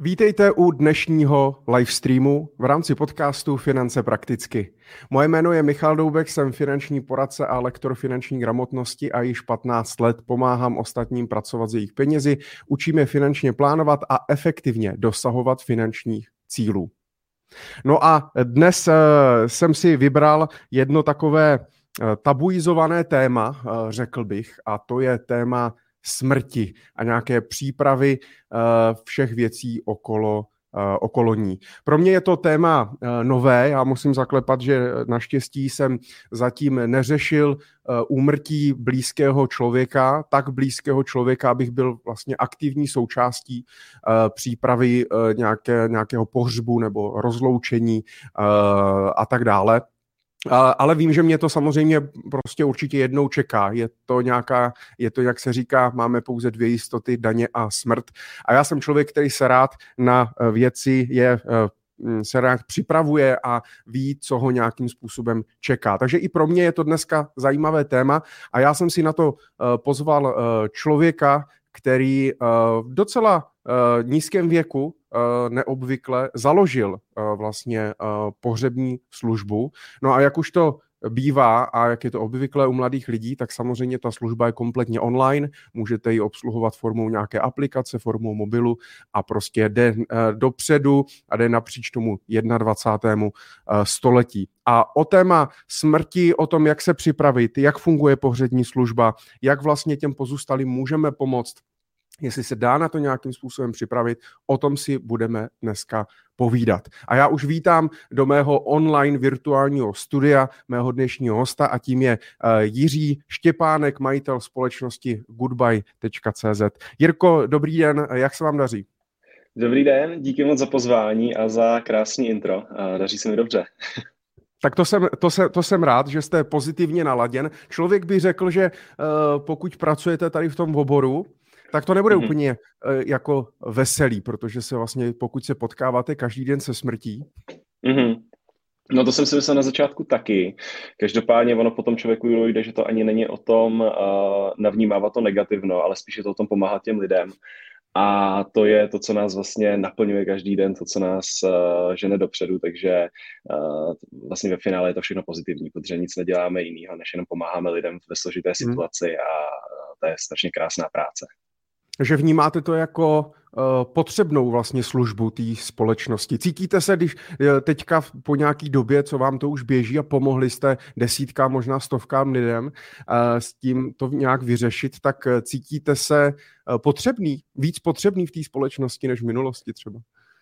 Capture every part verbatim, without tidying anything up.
Vítejte u dnešního livestreamu v rámci podcastu Finance prakticky. Moje jméno je Michal Doubek, jsem finanční poradce a lektor finanční gramotnosti a již patnáct let pomáhám ostatním pracovat s jejich penězi, učím je finančně plánovat a efektivně dosahovat finančních cílů. No a dnes uh, jsem si vybral jedno takové uh, tabuizované téma, uh, řekl bych, a to je téma smrti a nějaké přípravy uh, všech věcí okolo, uh, okolo ní. Pro mě je to téma uh, nové, já musím zaklepat, že naštěstí jsem zatím neřešil uh, úmrtí blízkého člověka, tak blízkého člověka, abych byl vlastně aktivní součástí uh, přípravy uh, nějaké, nějakého pohřbu nebo rozloučení uh, a tak dále. Ale vím, že mě to samozřejmě prostě určitě jednou čeká. Je to nějaká, je to, jak se říká, máme pouze dvě jistoty, daně a smrt. A já jsem člověk, který se rád na věci je, se rád připravuje a ví, co ho nějakým způsobem čeká. Takže i pro mě je to dneska zajímavé téma a já jsem si na to pozval člověka, který v docela nízkém věku neobvykle založil vlastně pohřební službu. No a jak už to bývá a jak je to obvyklé u mladých lidí, tak samozřejmě ta služba je kompletně online, můžete ji obsluhovat formou nějaké aplikace, formou mobilu a prostě jde dopředu a jde napříč tomu dvacátému prvnímu století. A o téma smrti, o tom, jak se připravit, jak funguje pohřební služba, jak vlastně těm pozůstalým můžeme pomoct, jestli se dá na to nějakým způsobem připravit, o tom si budeme dneska povídat. A já už vítám do mého online virtuálního studia mého dnešního hosta a tím je Jiří Štěpánek, majitel společnosti goodbye tečka cé zet. Jirko, dobrý den, jak se vám daří? Dobrý den, díky moc za pozvání a za krásný intro. Daří se mi dobře. Tak to jsem, to, se, to jsem rád, že jste pozitivně naladěn. Člověk by řekl, že uh, pokud pracujete tady v tom oboru, tak to nebude mm-hmm. úplně uh, jako veselý, protože se vlastně, pokud se potkáváte každý den se smrtí. Mm-hmm. No to jsem si myslel na začátku taky. Každopádně ono potom člověku dojde, že to ani není o tom uh, navnímávat to negativno, ale spíš je to o tom pomáhat těm lidem. A to je to, co nás vlastně naplňuje každý den, to, co nás uh, žene dopředu, takže uh, vlastně ve finále je to všechno pozitivní, protože nic neděláme jinýho, než jenom pomáháme lidem ve složité situaci mm. a uh, to je strašně krásná práce. Že vnímáte to jako uh, potřebnou vlastně službu té společnosti. Cítíte se, když uh, teďka po nějaký době, co vám to už běží a pomohli jste desítkám, možná stovkám lidem uh, s tím to nějak vyřešit, tak uh, cítíte se uh, potřebný, víc potřebný v té společnosti než v minulosti třeba?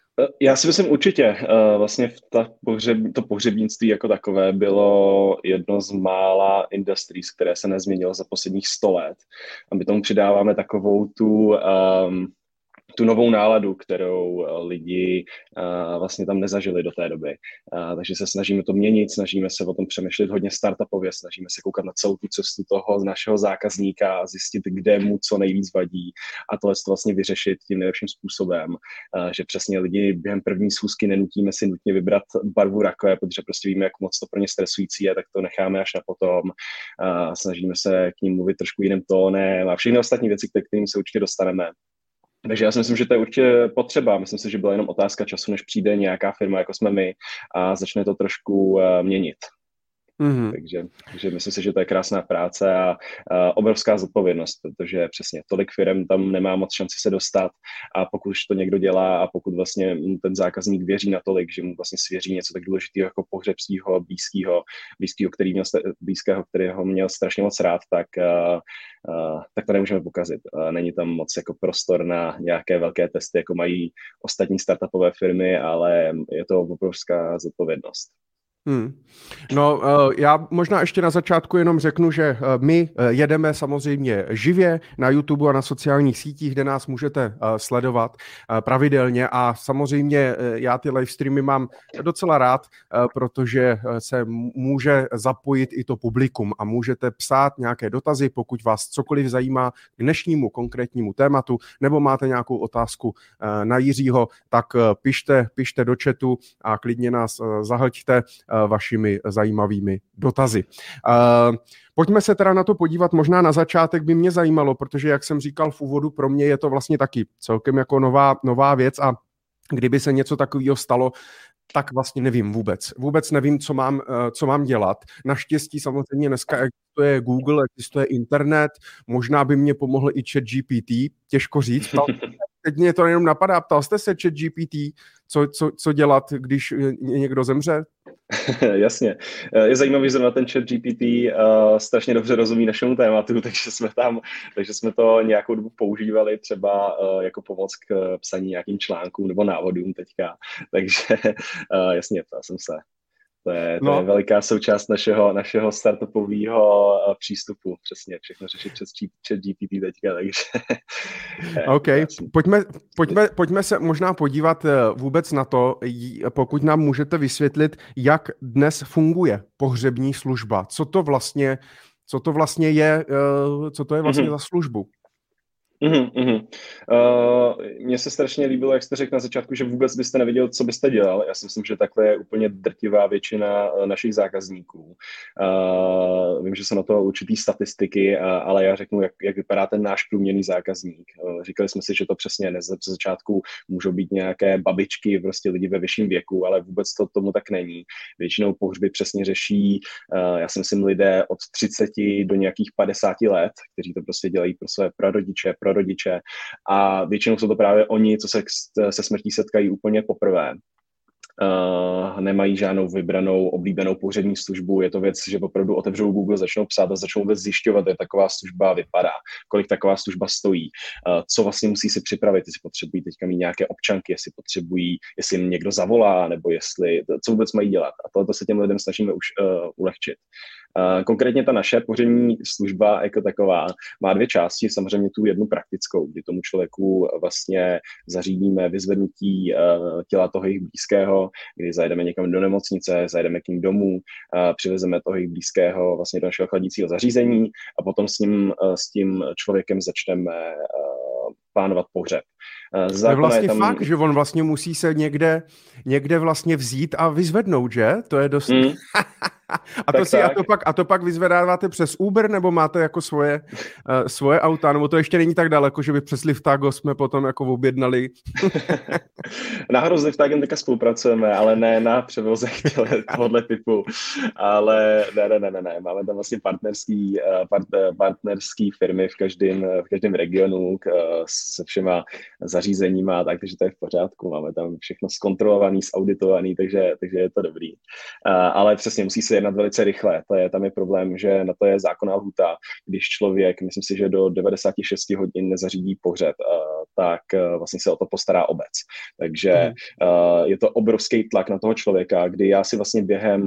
Já si myslím určitě. Vlastně ta pohřeb, to pohřebnictví jako takové bylo jedno z mála industries, které se nezměnilo za posledních sto let. A my tomu přidáváme takovou tu... Um, tu novou náladu, kterou lidi uh, vlastně tam nezažili do té doby. Uh, takže se snažíme to měnit, snažíme se o tom přemýšlet hodně startupově, snažíme se koukat na celou tu cestu toho našeho zákazníka a zjistit, kde mu co nejvíc vadí a tohle to vlastně vyřešit tím nejlepším způsobem, uh, že přesně lidi během první schůzky nenutíme si nutně vybrat barvu rakve, protože prostě víme, jak moc to pro ně stresující je, tak to necháme až na potom. Uh, snažíme se k ním mluvit trošku jiným tónem a všechny ostatní věci, k kterým se určitě dostaneme. Takže já si myslím, že to je určitě potřeba. Myslím si, že byla jenom otázka času, než přijde nějaká firma, jako jsme my, a začne to trošku uh, měnit. Mm-hmm. Takže, takže myslím si, že to je krásná práce a, a obrovská zodpovědnost, protože přesně tolik firem tam nemá moc šanci se dostat a pokud to někdo dělá a pokud vlastně ten zákazník věří natolik, že mu vlastně svěří něco tak důležitého jako pohřeb svýho blízkého, blízkého, který měl, blízkého, kterého měl strašně moc rád, tak, a, a, tak to nemůžeme pokazit. A není tam moc jako prostor na nějaké velké testy, jako mají ostatní startupové firmy, ale je to obrovská zodpovědnost. Hmm. No, já možná ještě na začátku jenom řeknu, že my jedeme samozřejmě živě na YouTube a na sociálních sítích, kde nás můžete sledovat pravidelně a samozřejmě já ty livestreamy mám docela rád, protože se může zapojit i to publikum a můžete psát nějaké dotazy, pokud vás cokoliv zajímá k dnešnímu konkrétnímu tématu, nebo máte nějakou otázku na Jiřího, tak pište, pište do chatu a klidně nás zahlťte vašimi zajímavými dotazy. Uh, pojďme se teda na to podívat, možná na začátek by mě zajímalo, protože jak jsem říkal v úvodu, pro mě je to vlastně taky celkem jako nová, nová věc a kdyby se něco takového stalo, tak vlastně nevím vůbec. Vůbec nevím, co mám, co mám dělat. Naštěstí samozřejmě dneska existuje Google, existuje internet, možná by mě pomohl i ChatGPT, těžko říct. Ptal, teď mě to jenom napadá, ptal jste se ChatGPT, co, co, co dělat, když někdo zemře? Jasně. Je zajímavý, že na ten ChatGPT uh, strašně dobře rozumí našemu tématu, takže jsme tam, takže jsme to nějakou dobu používali třeba uh, jako pomoc k psaní nějakým článkům nebo návodům teďka. Takže uh, jasně, ptal jsem se. To je, to no. je veliká součást našeho, našeho startupového přístupu. Přesně, všechno řešit přes ChatGPT teďka, takže... OK, pojďme, pojďme, pojďme se možná podívat vůbec na to, pokud nám můžete vysvětlit, jak dnes funguje pohřební služba. Co to vlastně, co to vlastně je, co to je vlastně mm-hmm. za službu? Uhum, uhum. Uh, mně se strašně líbilo, jak jste řekl na začátku, že vůbec byste nevěděl, co byste dělal. Já si myslím, že takhle je úplně drtivá většina našich zákazníků. Uh, vím, že jsou na to určitý statistiky, uh, ale já řeknu, jak, jak vypadá ten náš průměrný zákazník. Uh, říkali jsme si, že to přesně ne. Z začátku můžou být nějaké babičky, prostě lidi ve vyšším věku, ale vůbec to tomu tak není. Většinou pohřby přesně řeší, uh, já si myslím, lidé od třiceti do nějakých padesáti let, kteří to prostě dělají pro své prarodiče, pro rodiče a většinou jsou to právě oni, co se se smrtí setkají úplně poprvé. Uh, nemají žádnou vybranou, oblíbenou pohřební službu. Je to věc, že opravdu otevřou Google, začnou psát a začnou vůbec zjišťovat, jak taková služba vypadá, kolik taková služba stojí, uh, co vlastně musí si připravit, jestli potřebují teďka mít nějaké občanky, jestli potřebují, jestli jim někdo zavolá, nebo jestli, co vůbec mají dělat. A tohle se těm lidem snažíme už uh, ulehčit. Uh, konkrétně ta naše pohřební služba jako taková má dvě části, samozřejmě tu jednu praktickou, kdy tomu člověku vlastně zařídíme vyzvednutí uh, těla toho jejich blízkého, kdy zajedeme někam do nemocnice, zajedeme k ním domů, uh, přivezeme toho jejich blízkého vlastně do našeho chladícího zařízení a potom s ním, uh, s tím člověkem začneme uh, plánovat pohřeb. Uh, to je vlastně je tam... fakt, že on vlastně musí se někde, někde vlastně vzít a vyzvednout, že? To je dost... Mm. A to, tak, si, tak. A, to pak, a to pak vyzvedáváte přes Uber, nebo máte jako svoje, uh, svoje auta, nebo to ještě není tak daleko, že by přes Liftago jsme potom jako objednali. Náhodou s Liftagem teďka spolupracujeme, ale ne na převozech tohohle typu, ale ne, ne, ne, ne, ne. Máme tam vlastně partnerský, part, partnerský firmy v každém, v každém regionu se všema zařízeníma, tak, takže to je v pořádku. Máme tam všechno zkontrolovaný, zauditovaný, takže, takže je to dobrý. Ale přesně musí se jednat velice rychle. To je, tam je problém, že na to je zákonná lhůta. Když člověk, myslím si, že do devadesát šest hodin nezařídí pohřeb, tak vlastně se o to postará obec. Takže hmm. je to obrovský tlak na toho člověka, kdy já si vlastně během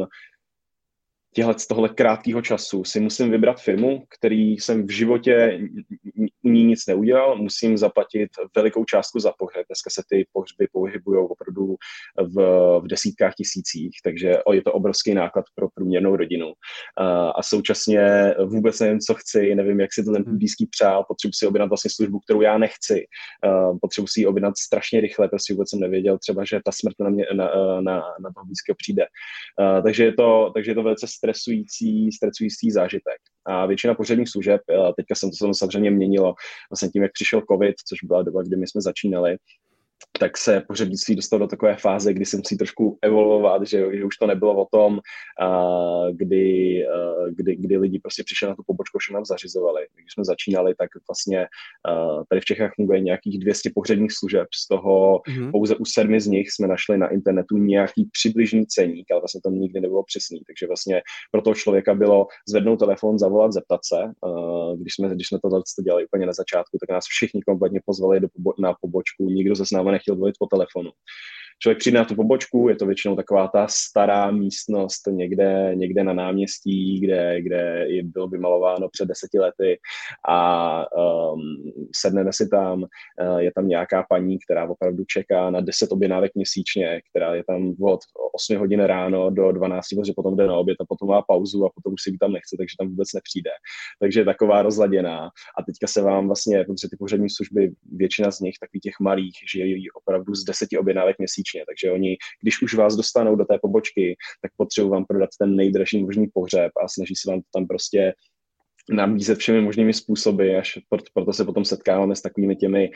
těhle, z tohle krátkého času si musím vybrat firmu, který jsem v životě u ní nic neudělal, musím zaplatit velikou částku za pohřeb. Dneska se ty pohřby pohybují opravdu v, v desítkách tisících, takže o, je to obrovský náklad pro průměrnou rodinu. A, a současně vůbec nevím, co chci, nevím, jak si to ten blízký přál, potřebuji si objednat vlastně službu, kterou já nechci. A, potřebuji si ji objednat strašně rychle, protože vůbec jsem nevěděl třeba, že ta smrt na, mě, na, na, na toho blízkého přijde. A, takže, je to, takže je to velice stresující, stresující zážitek. A většina pohřebních služeb, teďka jsem to samozřejmě měnilo, vlastně tím, jak přišel covid, což byla doba, kdy my jsme začínali, tak se pohřebnictví dostalo do takové fáze, kdy se musí trošku evolvovat, že, že už to nebylo o tom, uh, kdy, uh, kdy, kdy lidi prostě přišli na tu pobočku, že nám zařizovali. Když jsme začínali, tak vlastně uh, tady v Čechách funguje nějakých dvě stě pohřebních služeb, z toho mm-hmm. pouze u sedmi z nich jsme našli na internetu nějaký přibližný ceník, ale vlastně to nikdy nebylo přesný. Takže vlastně pro toho člověka bylo zvednout telefon, zavolat, zeptat se. Uh, když jsme, když jsme to dělali úplně na začátku, tak nás všichni kompletně pozvali do pobo- na pobočku, nikdo ze s námi nechtěl volit po telefonu. Člověk přijde na tu pobočku, je to většinou taková ta stará místnost někde, někde na náměstí, kde, kde je bylo vymalováno před deseti lety a um, sedneme si tam, uh, je tam nějaká paní, která opravdu čeká na deset objednávek měsíčně, která je tam od osmi hodin ráno do dvanácti, protože potom jde na oběd a potom má pauzu a potom už si tam nechce, takže tam vůbec nepřijde. Takže je taková rozladěná. A teďka se vám vlastně, protože ty pohřební služby, většina z nich, takových těch malých, žijí opravdu z deseti objednávek měsíčně. Takže oni, když už vás dostanou do té pobočky, tak potřebují vám prodat ten nejdražší možný pohřeb a snaží se vám to tam prostě nabízet všemi možnými způsoby, až proto se potom setkáváme s takovými těmi,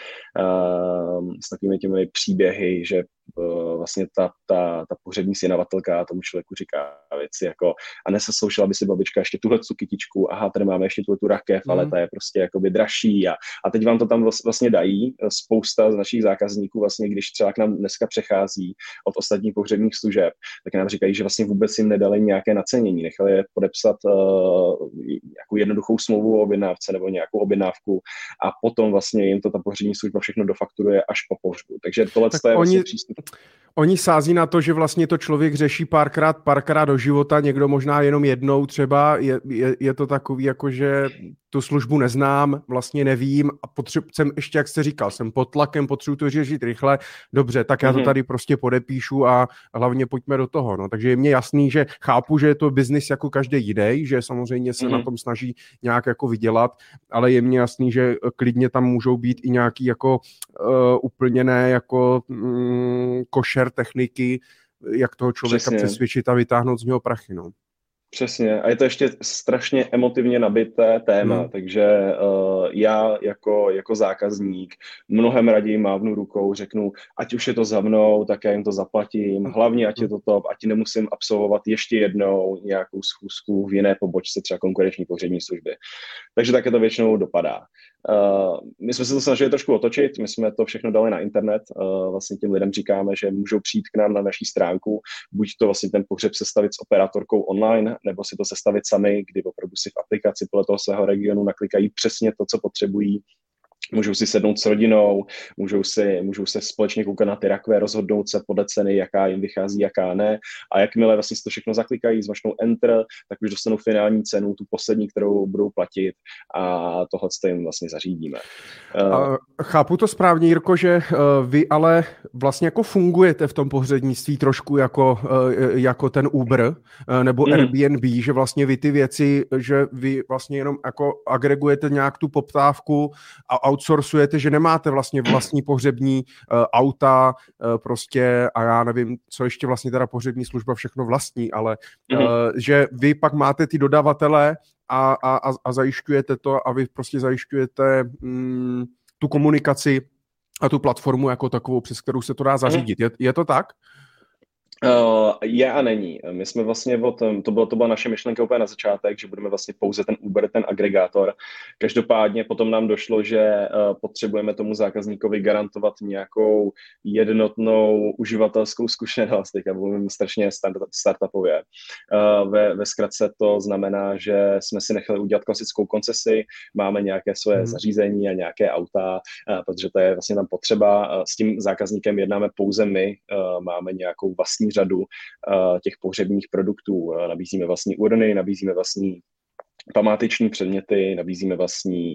uh, s takovými těmi příběhy, že uh, vlastně ta, ta, ta pohřební synovatelka tomu člověku říká věci jako a nesasloušela by si babička ještě tuhle kytičku, aha, tady máme ještě tuhle tu rakev, mm. ale ta je prostě jakoby dražší a, a teď vám to tam vlastně dají. Spousta z našich zákazníků vlastně, když třeba k nám dneska přechází od ostatních pohřebních služeb, tak nám říkají, že vlastně vůbec jim nedali nějaké nacenění, nechali je podepsat uh, nějakou jednoduchou smlouvu o objednávce nebo nějakou objednávku a potom vlastně jim to ta pohřební služba všechno dofakturuje až po pohřbu. Takže tohle tak je oni, vlastně přístup. Oni sází na to, že vlastně to člověk řeší párkrát, párkrát do života, někdo možná jenom jednou třeba, je, je, je to takový jako, že tu službu neznám, vlastně nevím a potřebuji, jsem ještě, jak jste říkal, jsem pod tlakem, potřebuji to řešit rychle, dobře, tak já to tady prostě podepíšu a hlavně pojďme do toho, no. Takže je mně jasný, že chápu, že je to biznis jako každý jiný, že samozřejmě se mm-hmm. na tom snaží nějak jako vydělat, ale je mně jasný, že klidně tam můžou být i nějaký jako uh, úplně ne jako um, košer techniky, jak toho člověka Přesně. přesvědčit a vytáhnout z něho prachy, no. Přesně. A je to ještě strašně emotivně nabité téma, hmm. takže uh, já jako, jako zákazník mnohem raději mávnu rukou, řeknu, ať už je to za mnou, tak já jim to zaplatím, hlavně ať je to top, ať nemusím absolvovat ještě jednou nějakou schůzku v jiné pobočce, třeba konkurenční pohřební služby. Takže také to většinou dopadá. Uh, my jsme se to snažili trošku otočit, my jsme to všechno dali na internet, uh, vlastně těm lidem říkáme, že můžou přijít k nám na naší stránku, buď to vlastně ten pohřeb sestavit s operátorkou online, nebo si to sestavit sami, kdy opravdu si v aplikaci podle toho svého regionu naklikají přesně to, co potřebují. Můžou si sednout s rodinou, můžou, si, můžou se společně koukat na ty rakve, rozhodnout se podle ceny, jaká jim vychází, jaká ne. A jakmile vlastně si to všechno zaklikají, zmačknou Enter, tak už dostanou finální cenu, tu poslední, kterou budou platit a tohle jim vlastně zařídíme. Uh, chápu to správně, Jirko, že uh, vy ale vlastně jako fungujete v tom pohřebnictví trošku jako, uh, jako ten Uber uh, nebo mm. Airbnb, že vlastně vy ty věci, že vy vlastně jenom jako agregujete nějak tu poptávku a outsourcujete, že nemáte vlastně vlastní pohřební uh, auta uh, prostě a já nevím, co ještě vlastně teda pohřební služba všechno vlastní, ale uh, mm-hmm. že vy pak máte ty dodavatele a, a, a zajišťujete to a vy prostě zajišťujete mm, tu komunikaci a tu platformu jako takovou, přes kterou se to dá zařídit. Je, je to tak? Uh, je a není. My jsme vlastně o tom, to, bylo, to byla naše myšlenka úplně na začátek, že budeme vlastně pouze ten Uber, ten agregátor. Každopádně potom nám došlo, že uh, potřebujeme tomu zákazníkovi garantovat nějakou jednotnou uživatelskou zkušenost, teďka mluvím strašně start, startupově. Uh, ve, ve zkratce to znamená, že jsme si nechali udělat klasickou koncesi, máme nějaké svoje hmm. zařízení a nějaké auta, uh, protože to je vlastně tam potřeba. Uh, s tím zákazníkem jednáme pouze my, uh, máme nějakou vlastní řadu uh, těch pohřebních produktů. Uh, nabízíme vlastní urny, nabízíme vlastní památeční předměty, nabízíme vlastní,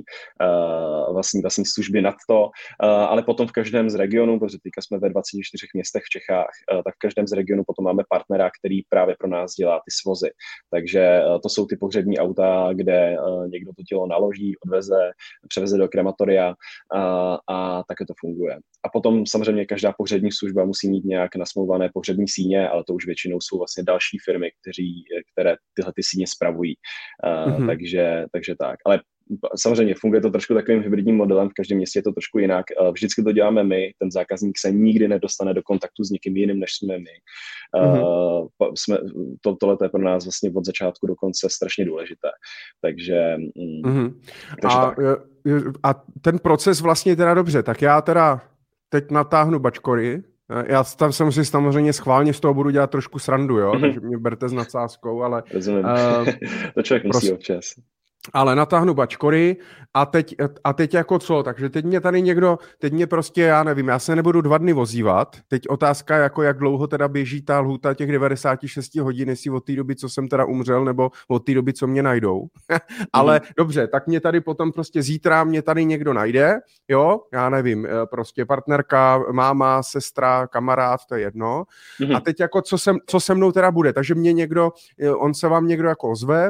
uh, vlastní, vlastní služby nad to, uh, ale potom v každém z regionů, protože teďka jsme ve dvaceti čtyřech městech v Čechách, uh, tak v každém z regionů potom máme partnera, který právě pro nás dělá ty svozy. Takže uh, to jsou ty pohřební auta, kde uh, někdo to tělo naloží, odveze, převeze do krematoria uh, a také to funguje. A potom samozřejmě každá pohřební služba musí mít nějak nasmlouvané pohřební síně, ale to už většinou jsou vlastně další firmy, kteří, které tyhle ty síně spravují. Uh, mm-hmm. takže, takže tak. Ale samozřejmě funguje to trošku takovým hybridním modelem, v každém městě je to trošku jinak. Vždycky to děláme my, ten zákazník se nikdy nedostane do kontaktu s někým jiným, než jsme my. Mm-hmm. Uh, jsme, to, tohle je pro nás vlastně od začátku do konce strašně důležité. Takže, mm, takže a, tak. A ten proces vlastně teda dobře, tak já teda teď natáhnu bačkory. Já tam jsem si samozřejmě schválně z toho budu dělat trošku srandu, jo, mm-hmm. takže mě berte s nadsázkou, ale... Rozumím. Uh, to člověk musí prostě, občas. Ale natáhnu bačkory a teď, a teď jako co, takže teď mě tady někdo, teď mě prostě, já nevím, já se nebudu dva dny vozívat, teď otázka jako jak dlouho teda běží ta lhůta těch devadesát šest hodin, jestli od té doby, co jsem teda umřel, nebo od té doby, co mě najdou. Ale mm. dobře, tak mě tady potom prostě zítra mě tady někdo najde, jo, já nevím, prostě partnerka, máma, sestra, kamarád, to je jedno. Mm. A teď jako co se, co se mnou teda bude, takže mě někdo, on se vám někdo jako ozve,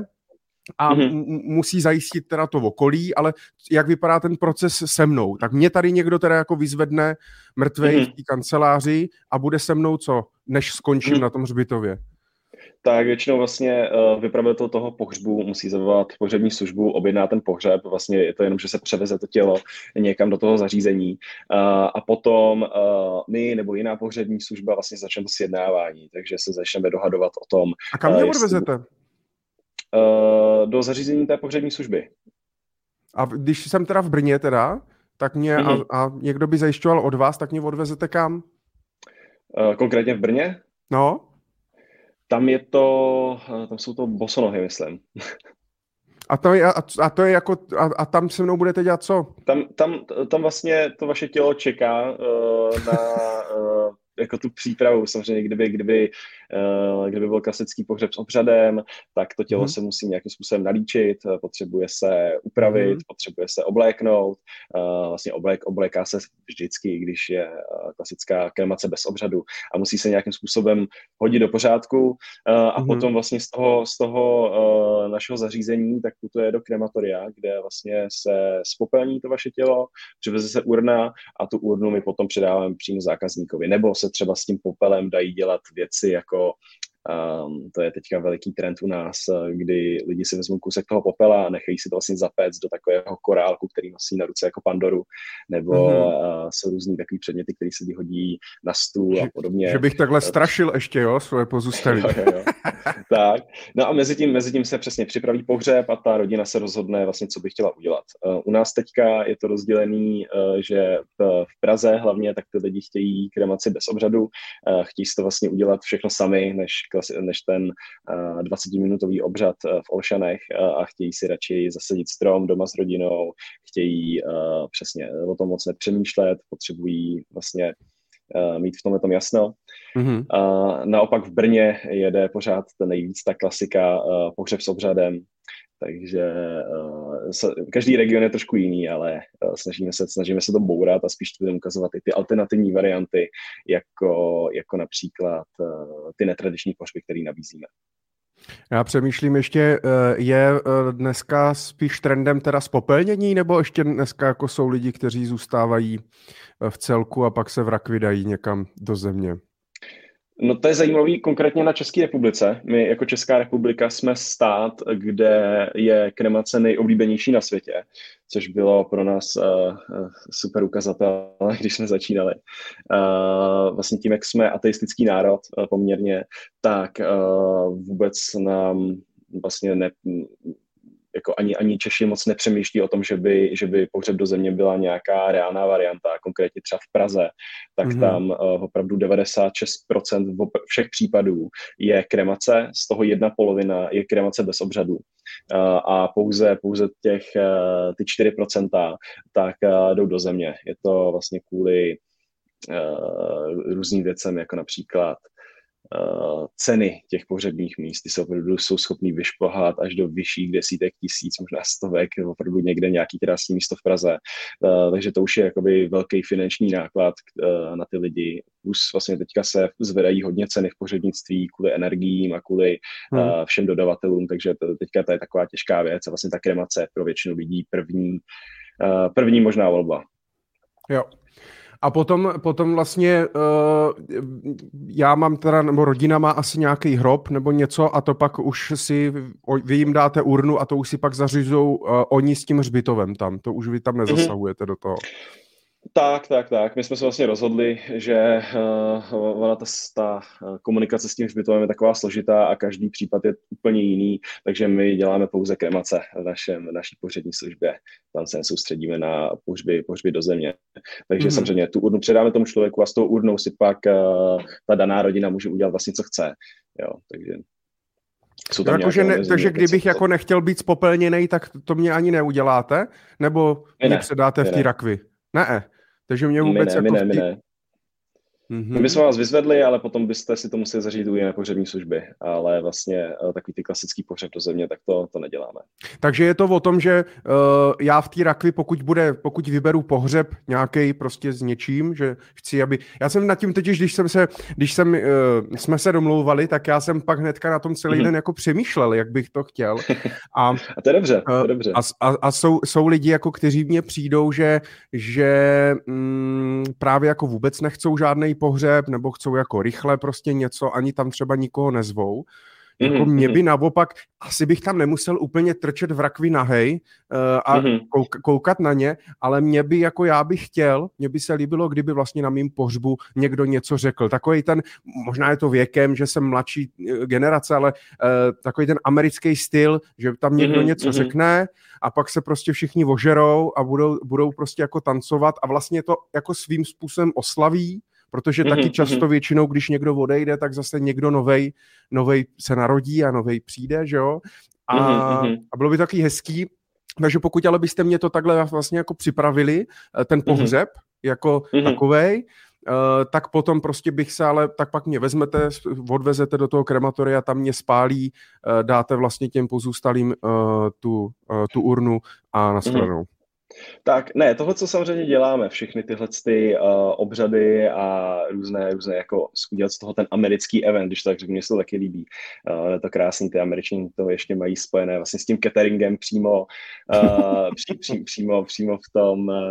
a mm-hmm. m- musí zajistit teda to okolí, ale jak vypadá ten proces se mnou? Tak mě tady někdo teda jako vyzvedne mrtvej mm-hmm. v té kanceláři a bude se mnou co, než skončím mm-hmm. na tom hřbitově? Tak většinou vlastně uh, vypravitel toho pohřbu musí zavolat pohřební službu, objedná ten pohřeb, vlastně je to jenom, že se převeze to tělo někam do toho zařízení uh, a potom uh, my nebo jiná pohřební služba vlastně začne to sjednávání, takže se začneme dohadovat o tom. A kam mě uh, odvezete? Uh, do zařízení té pohřební služby. A když jsem teda v Brně teda, tak mě mm-hmm. a, a někdo by zajišťoval od vás, tak mě odvezete kam? Uh, konkrétně v Brně? No. Tam je to, tam jsou to bosonohy, myslím. A to je, a, a to je jako, a, a tam se mnou budete dělat co? Tam, tam, tam vlastně to vaše tělo čeká uh, na uh, jako tu přípravu. Samozřejmě, kdyby, kdyby, uh, kdyby byl klasický pohřeb s obřadem, tak to tělo hmm. se musí nějakým způsobem nalíčit, potřebuje se upravit, hmm. potřebuje se obléknout. Uh, vlastně oblék, obléká se vždycky, když je uh, klasická kremace bez obřadu a musí se nějakým způsobem hodit do pořádku uh, a hmm. potom vlastně z toho, z toho uh, našeho zařízení tak putuje do krematoria, kde vlastně se spopelní to vaše tělo, přiveze se urna a tu urnu my potom předáváme přímo zákazníkovi. Nebo se třeba s tím popelem dají dělat věci jako Um, to je teďka veliký trend u nás, kdy lidi si vezmou kousek toho popela a nechají si to vlastně zapéct do takového korálku, který nosí na ruce jako Pandoru, nebo mm-hmm. uh, jsou různý takový předměty, který se hodí na stůl a podobně. Že bych takhle strašil ještě, jo, svoje pozůstalí. jo, jo, jo. Tak, no a mezi tím, mezi tím se přesně připraví pohřeb a ta rodina se rozhodne vlastně, co by chtěla udělat. Uh, u nás teďka je to rozdělený, uh, že v, v Praze hlavně, tak ty lidi chtějí kremaci bez obřadu, uh, chtějí si to vlastně udělat všechno sami, než než ten uh, dvacetiminutový obřad uh, v Olšanech uh, a chtějí si radši zasadit strom doma s rodinou, chtějí uh, přesně o tom moc nepřemýšlet, potřebují vlastně uh, mít v tomhle tom jasno. Mm-hmm. Uh, naopak v Brně jede pořád ten nejvíc ta klasika uh, pohřeb s obřadem, takže uh, každý region je trošku jiný, ale uh, snažíme se, snažíme se to bourat a spíš budeme ukazovat i ty alternativní varianty, jako, jako například uh, ty netradiční pohřby, které nabízíme. Já přemýšlím ještě, je dneska spíš trendem teda spopelnění, nebo ještě dneska jako jsou lidi, kteří zůstávají v celku a pak se v rakvi dají někam do země? No to je zajímavý konkrétně na České republice. My jako Česká republika jsme stát, kde je kremace nejoblíbenější na světě, což bylo pro nás uh, super ukazatel, když jsme začínali. Uh, vlastně tím, jak jsme ateistický národ uh, poměrně, tak uh, vůbec nám vlastně ne... jako ani, ani Češi moc nepřemýšlí o tom, že by, že by pohřeb do země byla nějaká reálná varianta, konkrétně třeba v Praze, tak mm-hmm. tam uh, opravdu devadesát šest procent všech případů je kremace, z toho jedna polovina je kremace bez obřadu. Uh, a pouze, pouze těch uh, ty čtyři procenta tak uh, jdou do země. Je to vlastně kvůli uh, různým věcem, jako například Uh, ceny těch pohřebních míst, ty se opravdu jsou schopný vyšplhat až do vyšších desítek tisíc, možná stovek, opravdu někde nějaký krásný místo v Praze. Uh, takže to už je jakoby velký finanční náklad uh, na ty lidi. Plus vlastně teďka se zvedají hodně ceny v pohřebnictví kvůli energiím a kvůli hmm. uh, všem dodavatelům, takže to, teďka to je taková těžká věc a vlastně ta kremace je pro většinu lidí první, uh, první možná volba. Jo. A potom, potom vlastně uh, já mám teda, nebo rodina má asi nějaký hrob nebo něco a to pak už si, vy jim dáte urnu a to už si pak zařizou uh, oni s tím hřbitovem tam, to už vy tam nezasahujete mm-hmm. do toho. Tak, tak, tak. My jsme se vlastně rozhodli, že uh, ona ta, ta komunikace s tím hřbitovem je taková složitá a každý případ je úplně jiný, takže my děláme pouze kremace v, našem, v naší pohřební službě. Tam se soustředíme na pohřby, pohřby do země. Takže mm-hmm. samozřejmě tu urnu předáme tomu člověku a s tou urnou si pak uh, ta daná rodina může udělat vlastně, co chce. Jo, takže... Jako, ne, takže kdybych co, jako nechtěl být spopelněnej, tak to mě ani neuděláte? Nebo mě ne, předáte v té rakvi? Ne, takže mě vůbec my ne, jako... My ne, tý... my ne. Mm-hmm. My bychom vás vyzvedli, ale potom byste si to museli zařídit u jiné pohřební služby. Ale vlastně takový ty klasický pohřeb do země, tak to, to neděláme. Takže je to o tom, že uh, já v té rakvi, pokud bude, pokud vyberu pohřeb nějaký prostě s něčím, že chci, aby... Já jsem nad tím totiž, když jsem se, když jsem, uh, jsme se domlouvali, tak já jsem pak hnedka na tom celý mm-hmm. den jako přemýšlel, jak bych to chtěl. A, a to je dobře, to je dobře. A, a, a jsou, jsou lidi, jako kteří mně přijdou, že, že mm, právě jako vůbec nechcou žádnej pohřeb, nebo chcou jako rychle prostě něco, ani tam třeba nikoho nezvou. Jako Mm-hmm. mě by naopak, asi bych tam nemusel úplně trčet v rakvi nahej uh, a mm-hmm. kouk- koukat na ně, ale mě by, jako já bych chtěl, mě by se líbilo, kdyby vlastně na mým pohřbu někdo něco řekl. Takový ten, možná je to věkem, že jsem mladší generace, ale uh, takový ten americký styl, že tam někdo mm-hmm. něco řekne a pak se prostě všichni ožerou a budou, budou prostě jako tancovat a vlastně to jako svým způsobem oslaví, protože mm-hmm. taky často většinou, když někdo odejde, tak zase někdo novej, novej se narodí a novej přijde, že jo? A, mm-hmm. a bylo by taky hezký, takže pokud ale byste mě to takhle vlastně jako připravili, ten pohřeb mm-hmm. jako mm-hmm. takovej, Uh, tak potom prostě bych se, ale tak pak mě vezmete, odvezete do toho krematoria, tam mě spálí, uh, dáte vlastně těm pozůstalým uh, tu, uh, tu urnu a nashledanou. Mm-hmm. Tak ne, tohle, co samozřejmě děláme, všechny tyhle ty, uh, obřady a různé, různé jako udělat z toho ten americký event, když to tak řeknu, mě se to taky líbí. Uh, je to krásný, ty Američani to ještě mají spojené vlastně s tím cateringem přímo, uh, pří, pří, přímo, přímo v tom, uh,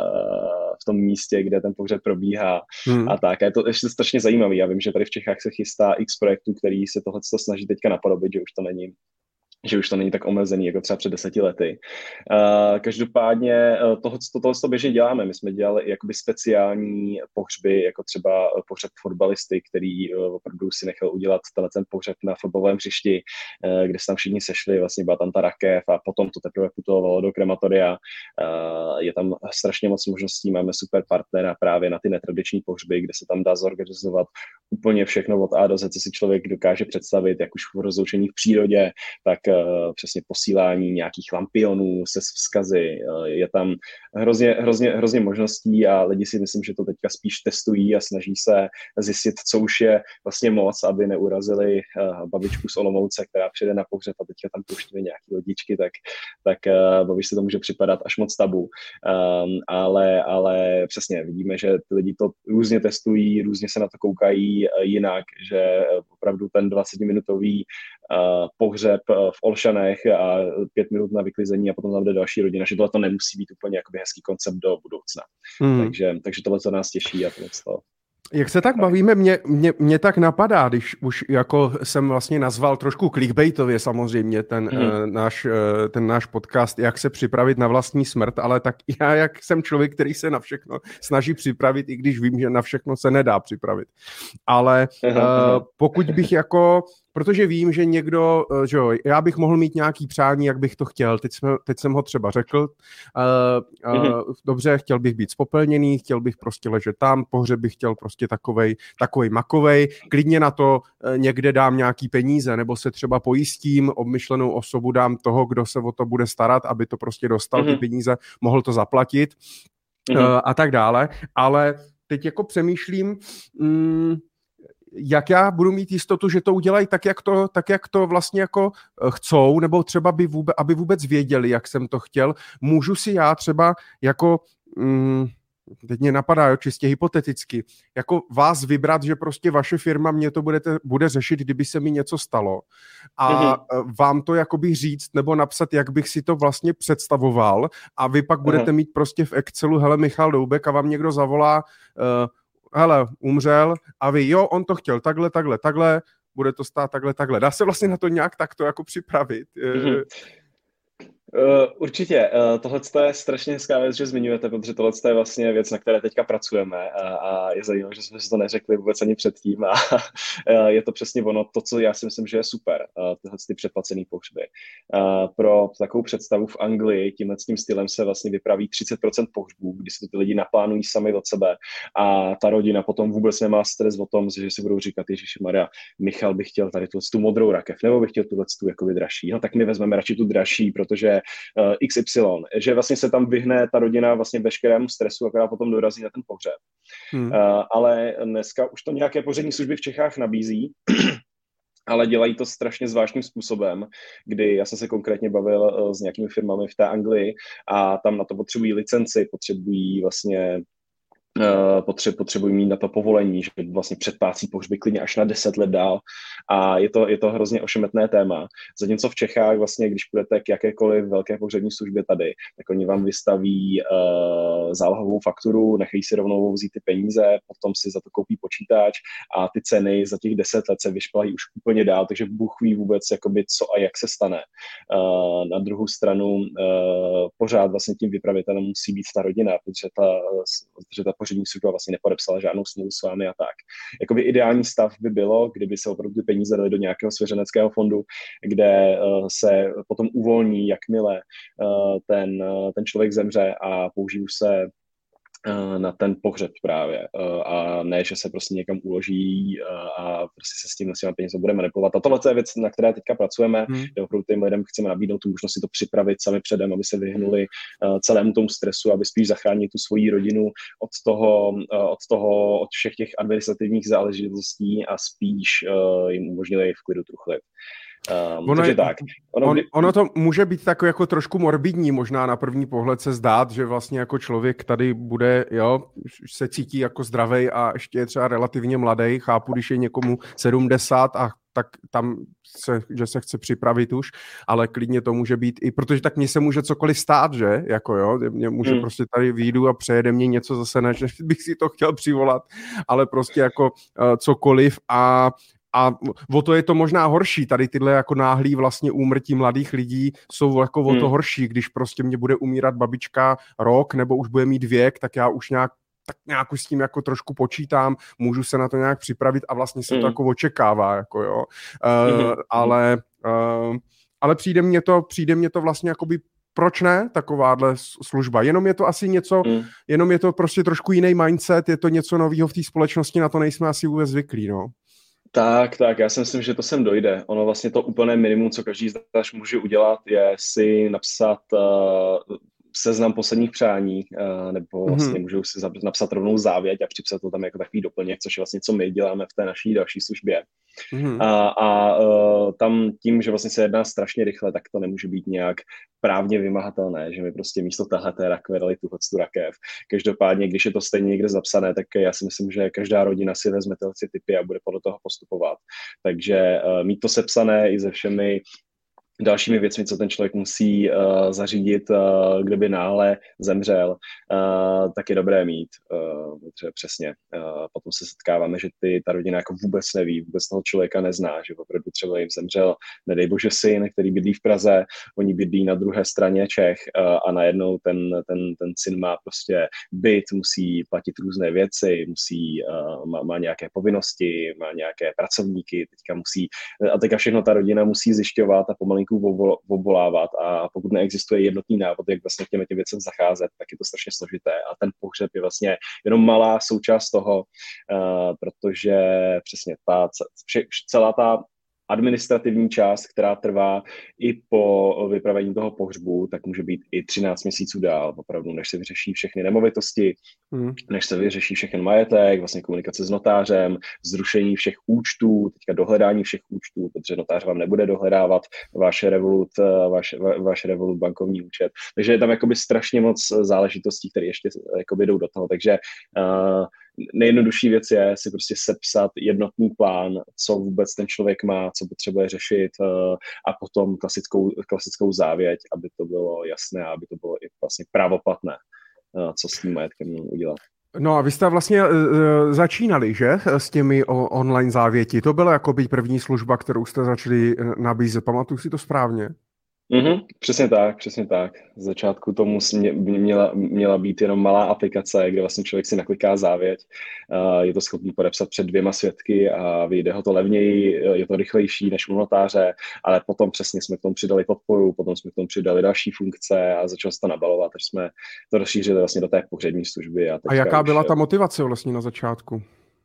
v tom místě, kde ten pohřeb probíhá hmm. a tak. A je to ještě strašně zajímavý. Já vím, že tady v Čechách se chystá x projektů, který se tohle snaží teďka napodobit, že už to není že už to není tak omezený, jako třeba před deseti lety. Uh, každopádně uh, tohle, tohle to běžně děláme. My jsme dělali jakoby speciální pohřby, jako třeba pohřeb fotbalisty, který uh, opravdu si nechal udělat tenhle ten pohřeb na fotbalovém hřišti, uh, kde se tam všichni sešli, vlastně byla tam ta rakev a potom to teprve putovalo do krematoria. Uh, je tam strašně moc možností, máme super partnera právě na ty netradiční pohřby, kde se tam dá zorganizovat úplně všechno od A do Z, co si člověk dokáže představit, jak už v rozloučení v přírodě, tak přesně posílání nějakých lampionů se vzkazy. Je tam hrozně, hrozně, hrozně možností a lidi si myslím, že to teďka spíš testují a snaží se zjistit, co už je vlastně moc, aby neurazili babičku z Olomouce, která přijde na pohřeb a teďka tam pouštíme nějaký lodičky, tak, tak babičce to může připadat až moc tabu. Um, ale, ale přesně vidíme, že ty lidi to různě testují, různě se na to koukají jinak, že opravdu ten dvacetiminutový uh, pohřeb v Olšanech a pět minut na vyklizení a potom tam jde další rodina, že tohle to nemusí být úplně jakoby hezký koncept do budoucna. Hmm. Takže, takže tohle to nás těší a tohle to. Jak se tak bavíme, mě, mě, mě tak napadá, když už jako jsem vlastně nazval trošku clickbaitově samozřejmě ten, hmm. uh, náš, uh, ten náš podcast, jak se připravit na vlastní smrt, ale tak já, jak jsem člověk, který se na všechno snaží připravit, i když vím, že na všechno se nedá připravit. Ale uh, pokud bych jako, protože vím, že někdo, uh, že jo, já bych mohl mít nějaký přání, jak bych to chtěl, teď, jsme, teď jsem ho třeba řekl, uh, uh, hmm. dobře, chtěl bych být spopelněný, chtěl bych prostě ležet tam, pohřeb bych chtěl prostě takovej, takovej makovej, klidně na to někde dám nějaký peníze, nebo se třeba pojistím, obmyšlenou osobu dám toho, kdo se o to bude starat, aby to prostě dostal mm-hmm. ty peníze, mohl to zaplatit mm-hmm. a tak dále, ale teď jako přemýšlím, mm, jak já budu mít jistotu, že to udělají tak, jak to, tak, jak to vlastně jako chcou, nebo třeba by vůbec, aby vůbec věděli, jak jsem to chtěl. Můžu si já třeba jako... Mm, teď mě napadá, jo, čistě hypoteticky, jako vás vybrat, že prostě vaše firma mě to budete, bude řešit, kdyby se mi něco stalo a mm-hmm. vám to jakoby říct nebo napsat, jak bych si to vlastně představoval a vy pak mm-hmm. budete mít prostě v Excelu, hele, Michal Doubek a vám někdo zavolá, uh, hele, umřel a vy, jo, on to chtěl takhle, takhle, takhle, bude to stát takhle, takhle. Dá se vlastně na to nějak takto jako připravit? Mm-hmm. Uh, určitě. Uh, tohle je strašně hezká věc, že zmiňujete, protože tohle je vlastně věc, na které teďka pracujeme a, a je zajímavé, že jsme si to neřekli vůbec ani předtím a uh, je to přesně ono, to, co já si myslím, že je super, uh, tyhle ty předplacený pohřby. Uh, pro takovou představu v Anglii tímhle tím stylem se vlastně vypraví třicet procent pohřbů, kdy si to ty lidi naplánují sami od sebe a ta rodina potom vůbec nemá stres o tom, že si budou říkat, Ježišmarja, Michal by chtěl tady tu modrou rakev, nebo by chtěl tuhle tu jakoby dražší. No tak my vezmeme radši tu dražší, protože Uh, iks ypsilon, že vlastně se tam vyhne ta rodina vlastně veškerému stresu, akorát potom dorazí na ten pohřeb. Hmm. Uh, ale dneska už to nějaké pohřební služby v Čechách nabízí, ale dělají to strašně zvláštním způsobem, kdy já jsem se konkrétně bavil uh, s nějakými firmami v té Anglii a tam na to potřebují licenci, potřebují vlastně Potře- potřebují mít na to povolení, že vlastně předplácí pohřby klidně až na deset let dál a je to, je to hrozně ošemetné téma. Zatímco v Čechách vlastně, když půjdete k jakékoliv velké pohřební službě tady, tak oni vám vystaví uh, zálohovou fakturu, nechají si rovnou vzít ty peníze, potom si za to koupí počítač a ty ceny za těch deset let se vyšplají už úplně dál, takže Bůh ví vůbec, jakoby, co a jak se stane. Uh, na druhou stranu uh, pořád vlastně tím vypravitelem musí být ta rodina, protože ta, protože ta pohřební služba vlastně nepodepsala žádnou smlouvu s vámi a tak. Jakoby ideální stav by bylo, kdyby se opravdu ty peníze daly do nějakého svěřeneckého fondu, kde uh, se potom uvolní, jakmile uh, ten, uh, ten člověk zemře a použijí se na ten pohřeb právě a ne, že se prostě někam uloží a prostě se s tím s těma penězi bude manipulovat. A tohle je věc, na které teďka pracujeme, hmm. kde opravdu těm lidem chceme nabídnout tu možnost si to připravit sami předem, aby se vyhnuli celému tomu stresu, aby spíš zachránili tu svoji rodinu od toho, od toho, od všech těch administrativních záležitostí a spíš jim umožnili v klidu truchlit. Um, ono, je, tak. Ono, on, ono to může být takový jako trošku morbidní, možná na první pohled se zdát, že vlastně jako člověk tady bude, jo, se cítí jako zdravej a ještě je třeba relativně mladý. Chápu, když je někomu sedmdesát a tak tam se, že se chce připravit už, ale klidně to může být i, protože tak mně se může cokoliv stát, že, jako jo, mě může hmm. prostě tady vyjdu a přejede mě něco zase, než bych si to chtěl přivolat, ale prostě jako uh, cokoliv a A o to je to možná horší. Tady tyhle jako náhlý vlastně úmrtí mladých lidí jsou jako o to hmm. horší. Když prostě mě bude umírat babička rok nebo už bude mít věk, tak já už nějak tak nějak s tím jako trošku počítám, můžu se na to nějak připravit a vlastně se to hmm. jako očekává, jako jo. Uh, hmm. Ale, uh, ale přijde mně to, přijde mně to vlastně jakoby proč ne takováhle služba? Jenom je to asi něco, hmm. jenom je to prostě trošku jiný mindset, je to něco nového v té společnosti, na to nejsme asi vůbec zvyklí, no. Tak, tak, já si myslím, že to sem dojde. Ono vlastně to úplné minimum, co každý z nás může udělat, je si napsat uh, seznam posledních přání, uh, nebo vlastně mm-hmm. můžou si napsat rovnou závěť a připsat to tam jako takový doplněk, což je vlastně, co my děláme v té naší další službě. Mm-hmm. A, a uh, tam tím, že vlastně se jedná strašně rychle, tak to nemůže být nějak právně vymahatelné, že my prostě místo téhleté rakve dali tuhle tu rakev. Každopádně, když je to stejně někde zapsané, tak já si myslím, že každá rodina si vezme tyhle typy a bude podle toho postupovat. Takže uh, mít to sepsané i se všemi dalšími věcmi, co ten člověk musí uh, zařídit, uh, kdyby náhle zemřel, uh, tak je dobré mít. Uh, přesně. Uh, potom se setkáváme, že ty, ta rodina jako vůbec neví, vůbec toho člověka nezná, že opravdu třeba jim zemřel, nedej bože syn, který bydlí v Praze, oni bydlí na druhé straně Čech uh, a najednou ten, ten, ten syn má prostě byt, musí platit různé věci, musí, uh, má, má nějaké povinnosti, má nějaké pracovníky, teďka musí, a teďka všechno ta rodina musí zjišťovat a pomalinku obolávat a pokud neexistuje jednotný návod, jak vlastně k těm těm věcem zacházet, tak je to strašně složité a ten pohřeb je vlastně jenom malá součást toho, uh, protože přesně ta, celá ta administrativní část, která trvá i po vypravení toho pohřbu, tak může být i třináct měsíců dál, opravdu, než se vyřeší všechny nemovitosti, hmm. než se vyřeší všechny majetek, vlastně komunikace s notářem, zrušení všech účtů, teďka dohledání všech účtů, protože notář vám nebude dohledávat váš Revolut, váš, váš Revolut bankovní účet. Takže je tam jakoby strašně moc záležitostí, které ještě jakoby jdou do toho. Takže uh, nejjednodušší věc je si prostě sepsat jednotný plán, co vůbec ten člověk má, co potřebuje řešit uh, a potom klasickou, klasickou závěť, aby to bylo jasné, aby to bylo i vlastně právoplatné, uh, co s tím majetkem udělat. No a vy jste vlastně uh, začínali, že, s těmi o, online závěti. To byla jako by první služba, kterou jste začali nabízet. Pamatuju si to správně? Mm-hmm, přesně tak, přesně tak. Z začátku to musí, měla, měla být jenom malá aplikace, kde vlastně člověk si nakliká závěť, uh, je to schopný podepsat před dvěma svědky a vyjde ho to levněji, je to rychlejší než u notáře, ale potom přesně jsme k tomu přidali podporu, potom jsme k tomu přidali další funkce a začalo se to nabalovat, takže jsme to rozšířili vlastně do té pohřební služby. A, a jaká už... byla ta motivace vlastně na začátku?